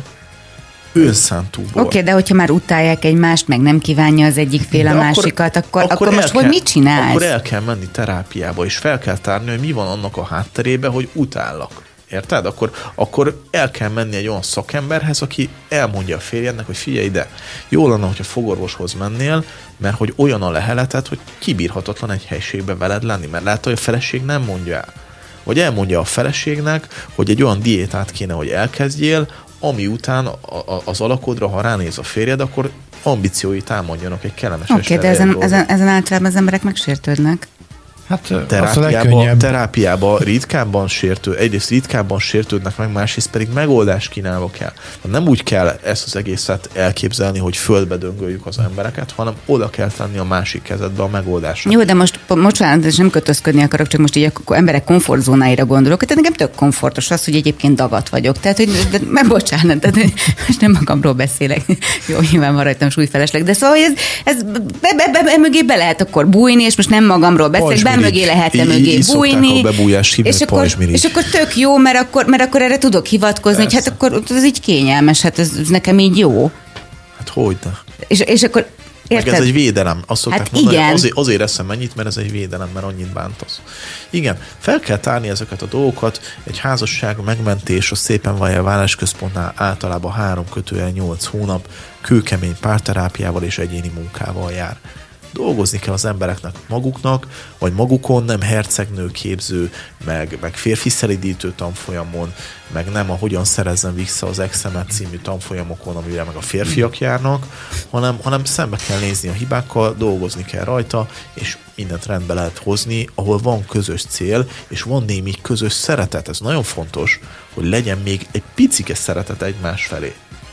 H: Önszántúból.
C: Oké, okay, de hogyha már utálják egymást, meg nem kívánja az egyik fél a másikat, akkor, akkor, akkor most kell, hogy mit csinálsz?
H: Akkor el kell menni terápiába, és fel kell tárni, hogy mi van annak a hátterébe, hogy utállak. Érted? Akkor, akkor el kell menni egy olyan szakemberhez, aki elmondja a férjednek, hogy figyelj ide, jó lenne, hogyha fogorvoshoz mennél, mert hogy olyan a leheletet, hogy kibírhatatlan egy helységbe veled lenni, mert lehet, hogy a feleség nem mondja el. Vagy elmondja a feleségnek, hogy egy olyan diétát kéne, hogy elkezdjél, ami után az alakodra, ha ránéz a férjed, akkor ambíciói támadjanak egy kellemes
C: Oké, okay, de ezen, ezen, ezen általában az emberek megsértődnek.
D: Hát
H: terápiába, terápiába ritkábban sértő, egyrészt ritkábban sértődnek meg, másrészt pedig megoldást kínálva kell. Nem úgy kell ezt az egészet elképzelni, hogy földbe döngöljük az embereket, hanem oda kell tenni a másik kezedbe a megoldásra.
C: Jó, de most, most és nem kötözködni akarok, csak most így a emberek komfortzónáira gondolok. Tehát nekem tök komfortos az, hogy egyébként dagat vagyok. Tehát, hogy de, mert bocsánat, tehát most nem magamról beszélek. Jó, nyilván van rajtam súlyfelesleg, de szóval ez, ez be, be, be, be, mögé be lehet akkor bújni, és most nem magamról beszélek, mögé lehet-e mögé bújni, és akkor, és akkor tök jó, mert akkor, mert akkor erre tudok hivatkozni, persze, hogy hát akkor ez így kényelmes, hát ez, ez nekem így jó.
H: Hát hogyne.
C: És, és akkor
H: Meg ez egy védelem. Azt szokták hát mondani,
C: igen.
H: Azért, azért eszem mennyit, mert ez egy védelem, mert annyit bántasz. Igen, fel kell tárni ezeket a dolgokat. Egy házasság megmentés a Szépen Vallja Válásközpontnál általában három kötőjel nyolc hónap kőkemény párterápiával és egyéni munkával jár. Dolgozni kell az embereknek maguknak, vagy magukon, nem hercegnőképző, meg, meg férfi szelidítő tanfolyamon, meg nem a Hogyan szerezzem vissza az exemet című tanfolyamokon, amire meg a férfiak járnak, hanem, hanem szembe kell nézni a hibákkal, dolgozni kell rajta, és mindent rendbe lehet hozni, ahol van közös cél, és van némi közös szeretet. Ez nagyon fontos, hogy legyen még egy picike szeretet egymás felé.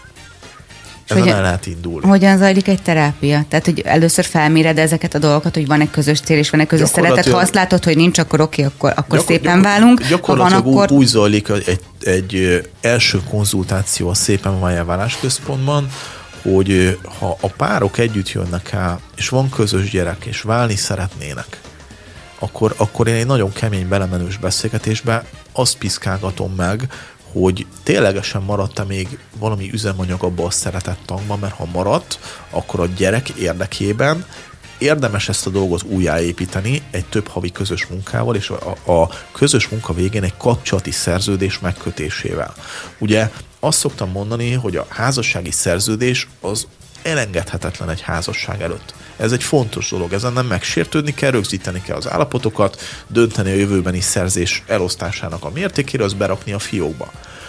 H: Ezen el lehet indulni.
C: Hogyan zajlik egy terápia? Tehát, hogy először felméred ezeket a dolgokat, hogy van egy közös cél, és van egy közös szeretet. Ha azt látod, hogy nincs, akkor oké, akkor, akkor gyakor- szépen gyakor- válunk.
H: Gyakorlatilag
C: ha van, akkor...
H: úgy zajlik egy, egy első konzultáció a Szépen Vallja Válásközpontban, hogy ha a párok együtt jönnek el, és van közös gyerek, és válni szeretnének, akkor, akkor én egy nagyon kemény belemenős beszélgetésbe azt piszkálgatom meg, hogy ténylegesen maradt-e még valami üzemanyag abban a szeretett tankban, mert ha maradt, akkor a gyerek érdekében érdemes ezt a dolgot újjáépíteni egy több havi közös munkával, és a, a közös munka végén egy kapcsolati szerződés megkötésével. Ugye azt szoktam mondani, hogy a házassági szerződés az elengedhetetlen egy házasság előtt. Ez egy fontos dolog, ezen nem megsértődni kell, rögzíteni kell az állapotokat, dönteni a jövőbeni szerzés elosztásának a mértékére, az berakni a fiókba.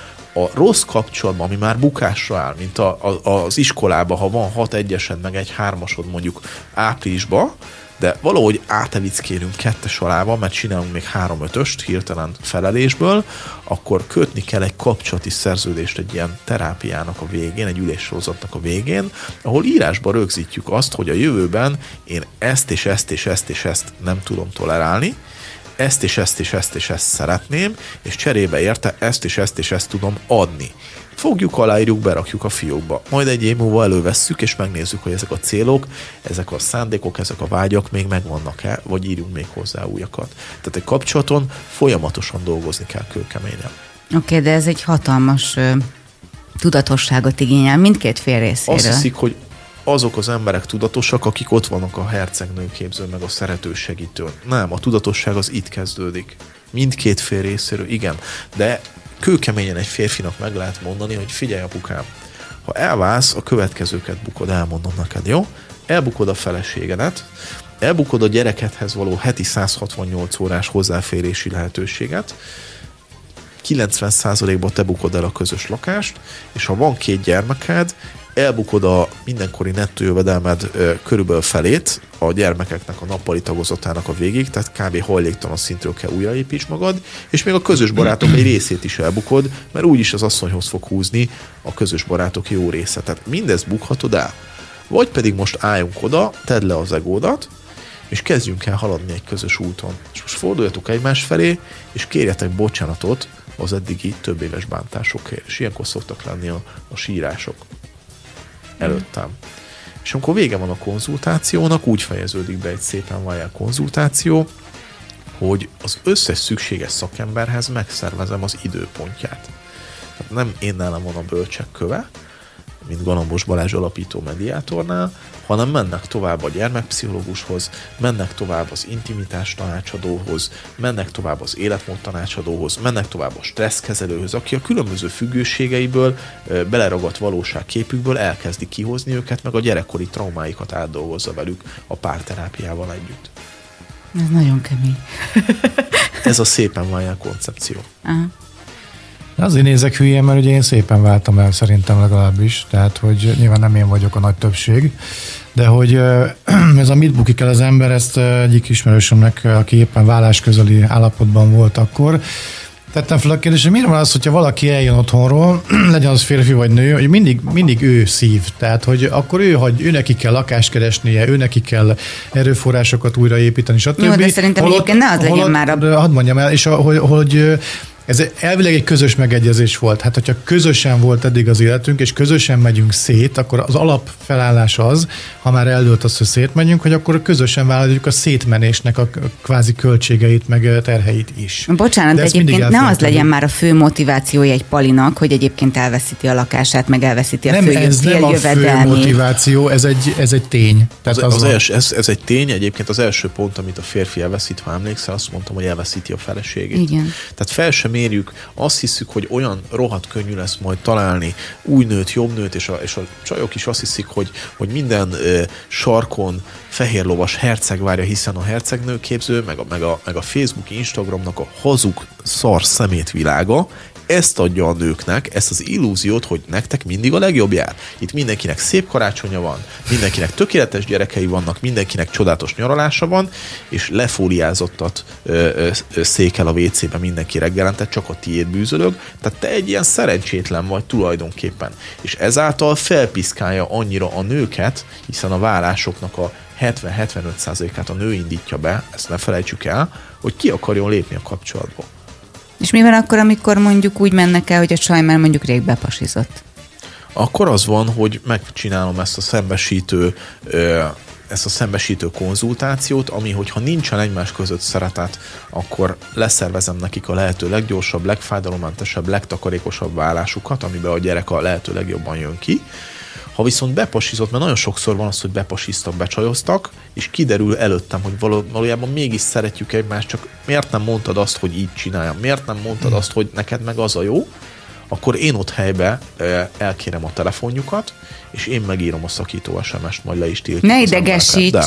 H: A rossz kapcsolatban, ami már bukásra áll, mint a, a, az iskolában, ha van hat egyesed, meg egy hármasod mondjuk áprilisba, de valahogy átevickélünk kettes alába, mert csinálunk még három ötöst hirtelen felelésből, akkor kötni kell egy kapcsolati szerződést egy ilyen terápiának a végén, egy üléssorozatnak a végén, ahol írásban rögzítjük azt, hogy a jövőben én ezt és ezt és ezt és ezt nem tudom tolerálni, ezt és ezt és ezt és ezt szeretném, és cserébe érte ezt és ezt és ezt tudom adni. Fogjuk, aláírjuk, berakjuk a fiókba. Majd egy év múlva elővesszük, és megnézzük, hogy ezek a célok, ezek a szándékok, ezek a vágyak még megvannak-e, vagy írjunk még hozzá újakat. Tehát egy kapcsolaton folyamatosan dolgozni kell kőkeményen.
C: Oké, okay, de ez egy hatalmas uh, tudatosságot igényel mindkét fél részéről.
H: Azt hiszik, hogy azok az emberek tudatosak, akik ott vannak a hercegnőképzőn, meg a szeretősegítőn. Nem, a tudatosság az itt kezdődik. Mindkét fél részéről, igen. De kőkeményen egy férfinak meg lehet mondani, hogy figyelj apukám, ha elválsz, a következőket bukod, elmondom neked, jó? Elbukod a feleségedet, elbukod a gyerekedhez való heti száz hatvannyolc órás hozzáférési lehetőséget, kilencven százalékban te bukod el a közös lakást, és ha van két gyermeked, elbukod a mindenkori nettó jövedelmed ö, körülbelül felét a gyermekeknek a nappali tagozatának a végig, tehát kb. Hajléktalan szintről kell újraépíts magad, és még a közös barátok egy részét is elbukod, mert úgyis az asszonyhoz fog húzni a közös barátok jó része. Tehát mindezt bukhatod el. Vagy pedig most álljunk oda, tedd le az egódat, és kezdjünk el haladni egy közös úton. És most forduljatok egymás felé, és kérjetek bocsánatot az eddigi több éves bántásokért. És ilyenkor szoktak lenni a, a sírások előttem. És amikor vége van a konzultációnak, úgy fejeződik be egy Szépen Vallja konzultáció, hogy az összes szükséges szakemberhez megszervezem az időpontját. Tehát nem én nálam van a bölcsek köve, mint Galambos Balázs alapító mediátornál, hanem mennek tovább a gyermekpszichológushoz, mennek tovább az intimitás tanácsadóhoz, mennek tovább az életmód tanácsadóhoz, mennek tovább a stresszkezelőhöz, aki a különböző függőségeiből, beleragadt valóságképükből elkezdi kihozni őket, meg a gyerekkori traumáikat átdolgozza velük a párterápiával együtt.
C: Ez nagyon kemény.
H: Ez a Szépen Vallja koncepció.
C: Aha.
D: Azért nézek hülyén, mert ugye én szépen váltam el, szerintem legalábbis, tehát hogy nyilván nem én vagyok a nagy többség, de hogy ez a mit bukik el az ember, ezt egyik ismerősömnek, aki éppen vállás közeli állapotban volt akkor, tettem fel a kérdést, hogy miért van az, hogyha valaki eljön otthonról, legyen az férfi vagy nő, hogy mindig, mindig ő szív. Tehát, hogy akkor ő, hogy ő neki kell lakást keresnie, ő neki kell erőforrásokat újraépíteni, stb.
C: Jó, de szerintem egyébként ne az legyen
D: holott,
C: már a...
D: Hadd mondjam el, és a, hogy, hogy Ez elvileg egy közös megegyezés volt. Hát, hogyha közösen volt eddig az életünk, és közösen megyünk szét, akkor az alapfelállás az, ha már eldőlt az, hogy szétmegyünk, hogy akkor közösen vállaljuk a szétmenésnek a kvázi költségeit, meg terheit is.
C: Bocsánat, de egyébként ne az legyen már a fő motivációja egy palinak, hogy egyébként elveszíti a lakását, meg elveszíti a
D: nem,
C: fő,
D: ez nem a fő motiváció, ez egy, ez egy tény.
H: Tehát az, az, az els, ez, ez egy tény, egyébként az első pont, amit a férfi elveszít, ha emlékszel, azt mondtam, hogy elveszíti a feleségét.
C: Igen.
H: Tehát fel sem mérjük, azt hiszük, hogy olyan rohadt könnyű lesz majd találni új nőt, jobb nőt, és a, és a csajok is azt hiszik, hogy, hogy minden ö, sarkon fehérlovas herceg várja, hiszen a hercegnőképző, meg a, meg, a, meg a Facebook, Instagramnak a hazug szar szemétvilága, ezt adja a nőknek, ezt az illúziót, hogy nektek mindig a legjobb jár. Itt mindenkinek szép karácsonya van, mindenkinek tökéletes gyerekei vannak, mindenkinek csodálatos nyaralása van, és lefóliázottat ö, ö, ö, székel a vécébe mindenki reggelente, csak a tiéd bűzölög. Tehát te egy ilyen szerencsétlen vagy tulajdonképpen. És ezáltal felpiszkálja annyira a nőket, hiszen a vállásoknak a hetven-hetvenöt százalékát a nő indítja be, ezt ne felejtsük el, hogy ki akarjon lépni a kapcsolatba.
C: És mi van akkor, amikor mondjuk úgy mennek el, hogy a csaj már mondjuk rég bepasizott?
H: Akkor az van, hogy megcsinálom ezt a szembesítő, ezt a szembesítő konzultációt, ami, hogyha nincsen egymás között szeretet, akkor leszervezem nekik a lehető leggyorsabb, legfájdalommentesebb, legtakarékosabb vállásukat, amiben a gyerek a lehető legjobban jön ki. Ha viszont bepasizott, mert nagyon sokszor van az, hogy bepasiztak, becsajoztak, és kiderül előttem, hogy valójában mégis szeretjük egymást, csak miért nem mondtad azt, hogy így csináljam? Miért nem mondtad azt, hogy neked meg az a jó? Akkor én ott helybe elkérem a telefonjukat, és én megírom a szakító es em est, majd le is tiltjuk.
C: Ne idegesíts!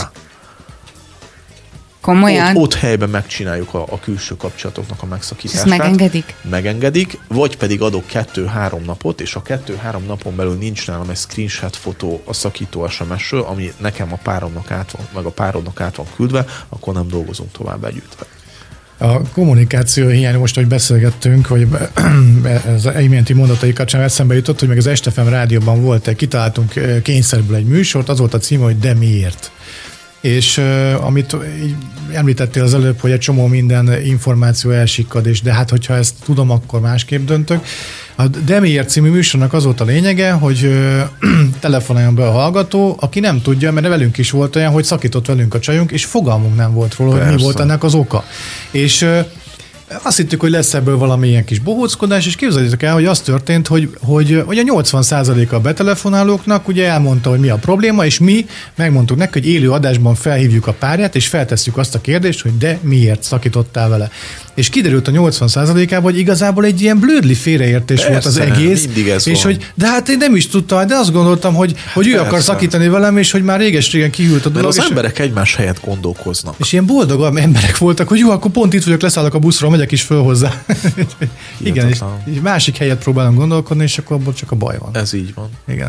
C: Komolyan?
H: Ott, ott helyben megcsináljuk a, a külső kapcsolatoknak a megszakítását.
C: Ezt megengedik?
H: Megengedik, vagy pedig adok kettő-három napot, és a kettő-három napon belül nincs nálam egy screenshot fotó a szakító es em esről, ami nekem a páromnak át van, meg a párodnak át van küldve, akkor nem dolgozunk tovább együtt.
D: A kommunikáció hiány, most, hogy beszélgettünk, hogy az iménti mondataikat sem eszembe jutott, hogy meg az Est ef em rádióban volt egy, kitaláltunk kényszerből egy műsort, az volt a címe, hogy De miért? És uh, amit így említettél az előbb, hogy egy csomó minden információ elsikkad, és de hát hogyha ezt tudom, akkor másképp döntök. A De miért című műsornak az volt a lényege, hogy uh, telefonáljon be a hallgató, aki nem tudja, mert velünk is volt olyan, hogy szakított velünk a csajunk, és fogalmunk nem volt róla, hogy mi volt ennek az oka. És uh, azt hittük, hogy lesz ebből valami ilyen kis bohóckodás, és képzeljétek el, hogy az történt, hogy, hogy, hogy a nyolcvan százaléka a betelefonálóknak ugye elmondta, hogy mi a probléma, és mi megmondtuk neki, hogy élő adásban felhívjuk a párját, és feltesszük azt a kérdést, hogy de miért szakítottál vele. És kiderült a nyolcvan százalékában, hogy igazából egy ilyen blödli félreértés
H: persze,
D: volt az egész, és
H: van.
D: hogy de hát én nem is tudtam, de azt gondoltam, hogy, hát hogy ő akar szakítani velem, és hogy már réges-régen kihűlt a dolog.
H: Mert az emberek egymás helyett gondolkoznak.
D: És ilyen boldog emberek voltak, hogy jó, akkor pont itt vagyok, leszállok a buszról, megyek is föl hozzá. Igen, és egy másik helyet próbálom gondolkodni, és akkor abból csak a baj van.
H: Ez így van.
D: Igen.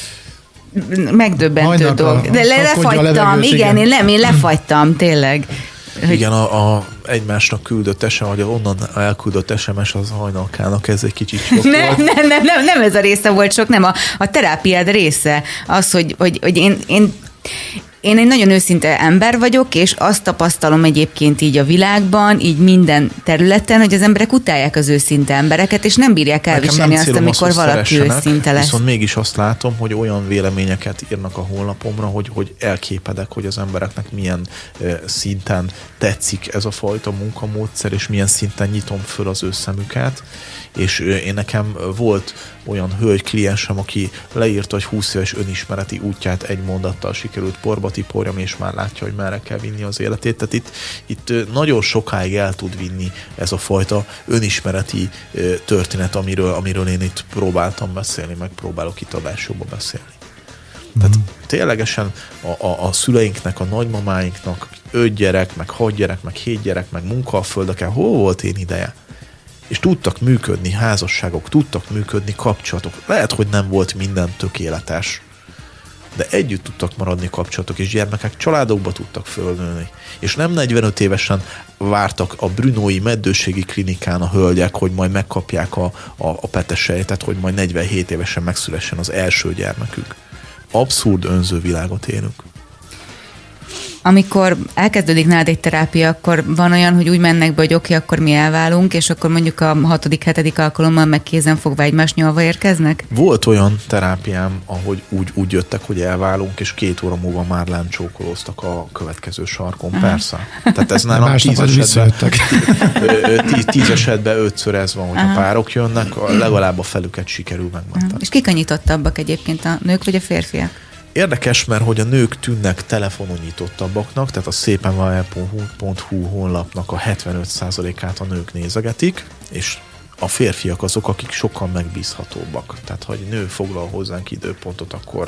C: Megdöbbentő dolog. De le, lefagytam, igen, igen, én nem, én lefagytam, tényleg.
H: Hogy... Igen, a, a egymásnak küldött es em es, vagy onnan elküldött es em es az hajnalkának, ez egy kicsit sok
C: nem,
H: volt.
C: Nem, nem, nem, nem ez a része volt sok, nem a, a terápiád része. Az, hogy, hogy, hogy én, én Én egy nagyon őszinte ember vagyok, és azt tapasztalom egyébként így a világban, így minden területen, hogy az emberek utálják az őszinte embereket, és nem bírják elviselni azt, amikor azt, valaki őszinte lesz.
H: Viszont mégis azt látom, hogy olyan véleményeket írnak a honlapomra, hogy, hogy elképedek, hogy az embereknek milyen uh, szinten tetszik ez a fajta munkamódszer, és milyen szinten nyitom föl az ő szemüket. És én nekem volt olyan hölgy kliensem, aki leírta, hogy húsz éves önismereti útját egy mondattal sikerült porba tiporjam, és már látja, hogy merre kell vinni az életét. Tehát itt, itt nagyon sokáig el tud vinni ez a fajta önismereti történet, amiről, amiről én itt próbáltam beszélni, meg próbálok itt adásokba beszélni. Tehát ténylegesen a, a, a szüleinknek, a nagymamáinknak öt gyerek, meg hat gyerek, meg hét gyerek, meg munka a földeken, hol volt én ideje? És tudtak működni házasságok, tudtak működni kapcsolatok. Lehet, hogy nem volt minden tökéletes, de együtt tudtak maradni kapcsolatok, és gyermekek családokba tudtak fölnőni. És nem negyvenöt évesen vártak a brünói meddőségi klinikán a hölgyek, hogy majd megkapják a, a, a petesejtet, hogy majd negyvenhét évesen megszülessen az első gyermekük. Abszurd önző világot élünk.
C: amikor elkezdődik nálad egy terápia, akkor van olyan, hogy úgy mennek be, hogy oké, okay, akkor mi elválunk, és akkor mondjuk a hatodik, hetedik alkalommal meg kézen fogva egymást nyolva érkeznek?
H: Volt olyan terápiám, ahogy úgy, úgy jöttek, hogy elválunk, és két óra múlva már láncsókolóztak a következő sarkon. Aha. Persze. Tehát ez nálam tíz esetben, tíz, tíz esetben ötször ez van, hogyha Aha. párok jönnek, legalább a felüket sikerül megmenteni.
C: És kik a nyitottabbak egyébként, a nők vagy a férfiak?
H: Érdekes, mert hogy a nők tűnnek telefonon nyitottabbaknak, tehát a szépenvajjel pont hu honlapnak a hetvenöt százalékát a nők nézegetik, és a férfiak azok, akik sokkal megbízhatóbbak. Tehát, ha egy nő foglal hozzánk időpontot, akkor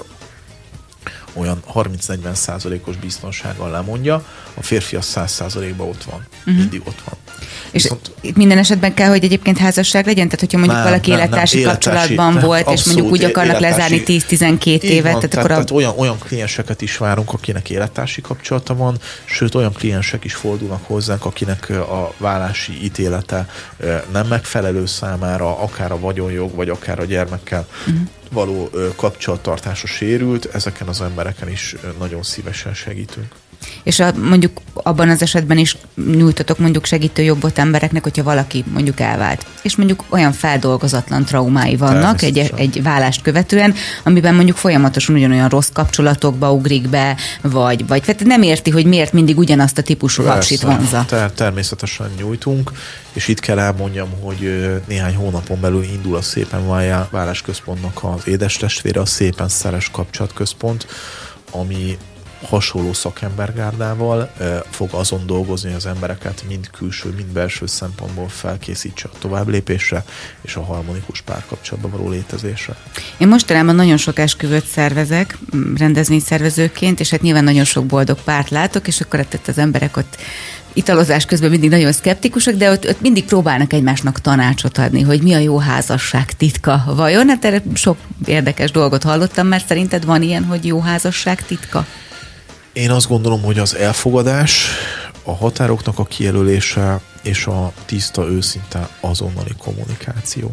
H: olyan harminc-negyven százalékos biztonsággal lemondja, a férfi az száz százalékban ott van. Uh-huh. Mindig ott van.
C: És Viszont... itt minden esetben kell, hogy egyébként házasság legyen? Tehát, hogyha mondjuk nem, valaki nem, élettársi nem, kapcsolatban nem, volt, és mondjuk úgy akarnak lezárni tíz-tizenkét évet.
H: Van,
C: tehát,
H: tehát,
C: akkor a...
H: tehát olyan, olyan klienseket is várunk, akinek élettársi kapcsolata van, sőt olyan kliensek is fordulnak hozzánk, akinek a vállási ítélete nem megfelelő számára, akár a vagyonjog, vagy akár a gyermekkel uh-huh. való kapcsolattartása sérült, ezeken az embereken is nagyon szívesen segítünk.
C: És a, mondjuk abban az esetben is nyújtatok mondjuk segítő jobbot embereknek, hogyha valaki mondjuk elvált. És mondjuk olyan feldolgozatlan traumái vannak egy, egy vállást követően, amiben mondjuk folyamatosan ugyanolyan rossz kapcsolatokba ugrik be, vagy, vagy nem érti, hogy miért mindig ugyanazt a típusú lapsit vonza.
H: Ter- természetesen nyújtunk, és itt kell elmondjam, hogy néhány hónapon belül indul a Szépen Vállásközpontnak az édestestvére, a Szépen Szeres Kapcsolatközpont, ami hasonló szakembergárdával e, fog azon dolgozni, hogy az embereket mind külső, mind belső szempontból felkészítse a továbblépésre és a harmonikus párkapcsolatban való létezésre.
C: Én mostanában nagyon sok esküvőt szervezek rendezvényszervezőként, és hát nyilván nagyon sok boldog párt látok, és akkor ott az emberek ott italozás közben mindig nagyon szkeptikusak, de ott, ott mindig próbálnak egymásnak tanácsot adni, hogy mi a jó házasság titka vajon. Hát erre sok érdekes dolgot hallottam, mert szerinted van ilyen, hogy jó házasság titka?
H: Én azt gondolom, hogy az elfogadás, a határoknak a kijelölése és a tiszta, őszinte azonnali kommunikáció.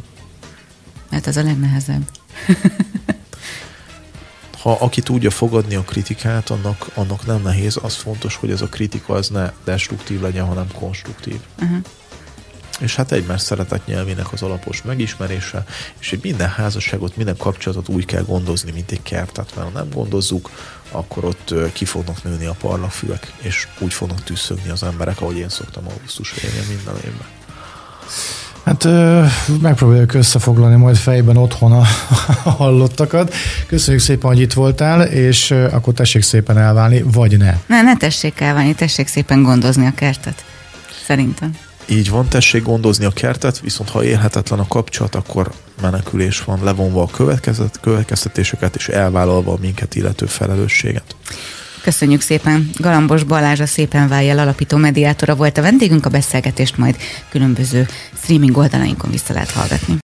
C: Hát ez a legnehezebb.
H: Ha aki tudja fogadni a kritikát, annak, annak nem nehéz. Az fontos, hogy ez a kritika az ne destruktív legyen, hanem konstruktív. Uh-huh. És hát egymás szeretet nyelvének az alapos megismerése, és hogy minden házasságot, minden kapcsolatot úgy kell gondozni, mint egy kertet, mert ha nem gondozzuk, akkor ott ki fognak nőni a parlagfűek, és úgy fognak tüsszögni az emberek, ahogy én szoktam augusztus végén minden évben.
D: Hát megpróbáljuk összefoglalni majd fejben otthon a, a hallottakat. Köszönjük szépen, hogy itt voltál, és akkor tessék szépen elválni, vagy ne.
C: Ne, ne tessék elválni, tessék szépen gondozni a kertet. Szerintem.
H: Így van, tessék gondozni a kertet, viszont ha élhetetlen a kapcsolat, akkor menekülés van, levonva a következtetéseket, és elvállalva a minket illető felelősséget.
C: Köszönjük szépen. Galambos Balázs, a Szépen Váljjal alapító mediátora volt a vendégünk, a beszélgetést majd különböző streaming oldalainkon vissza lehet hallgatni.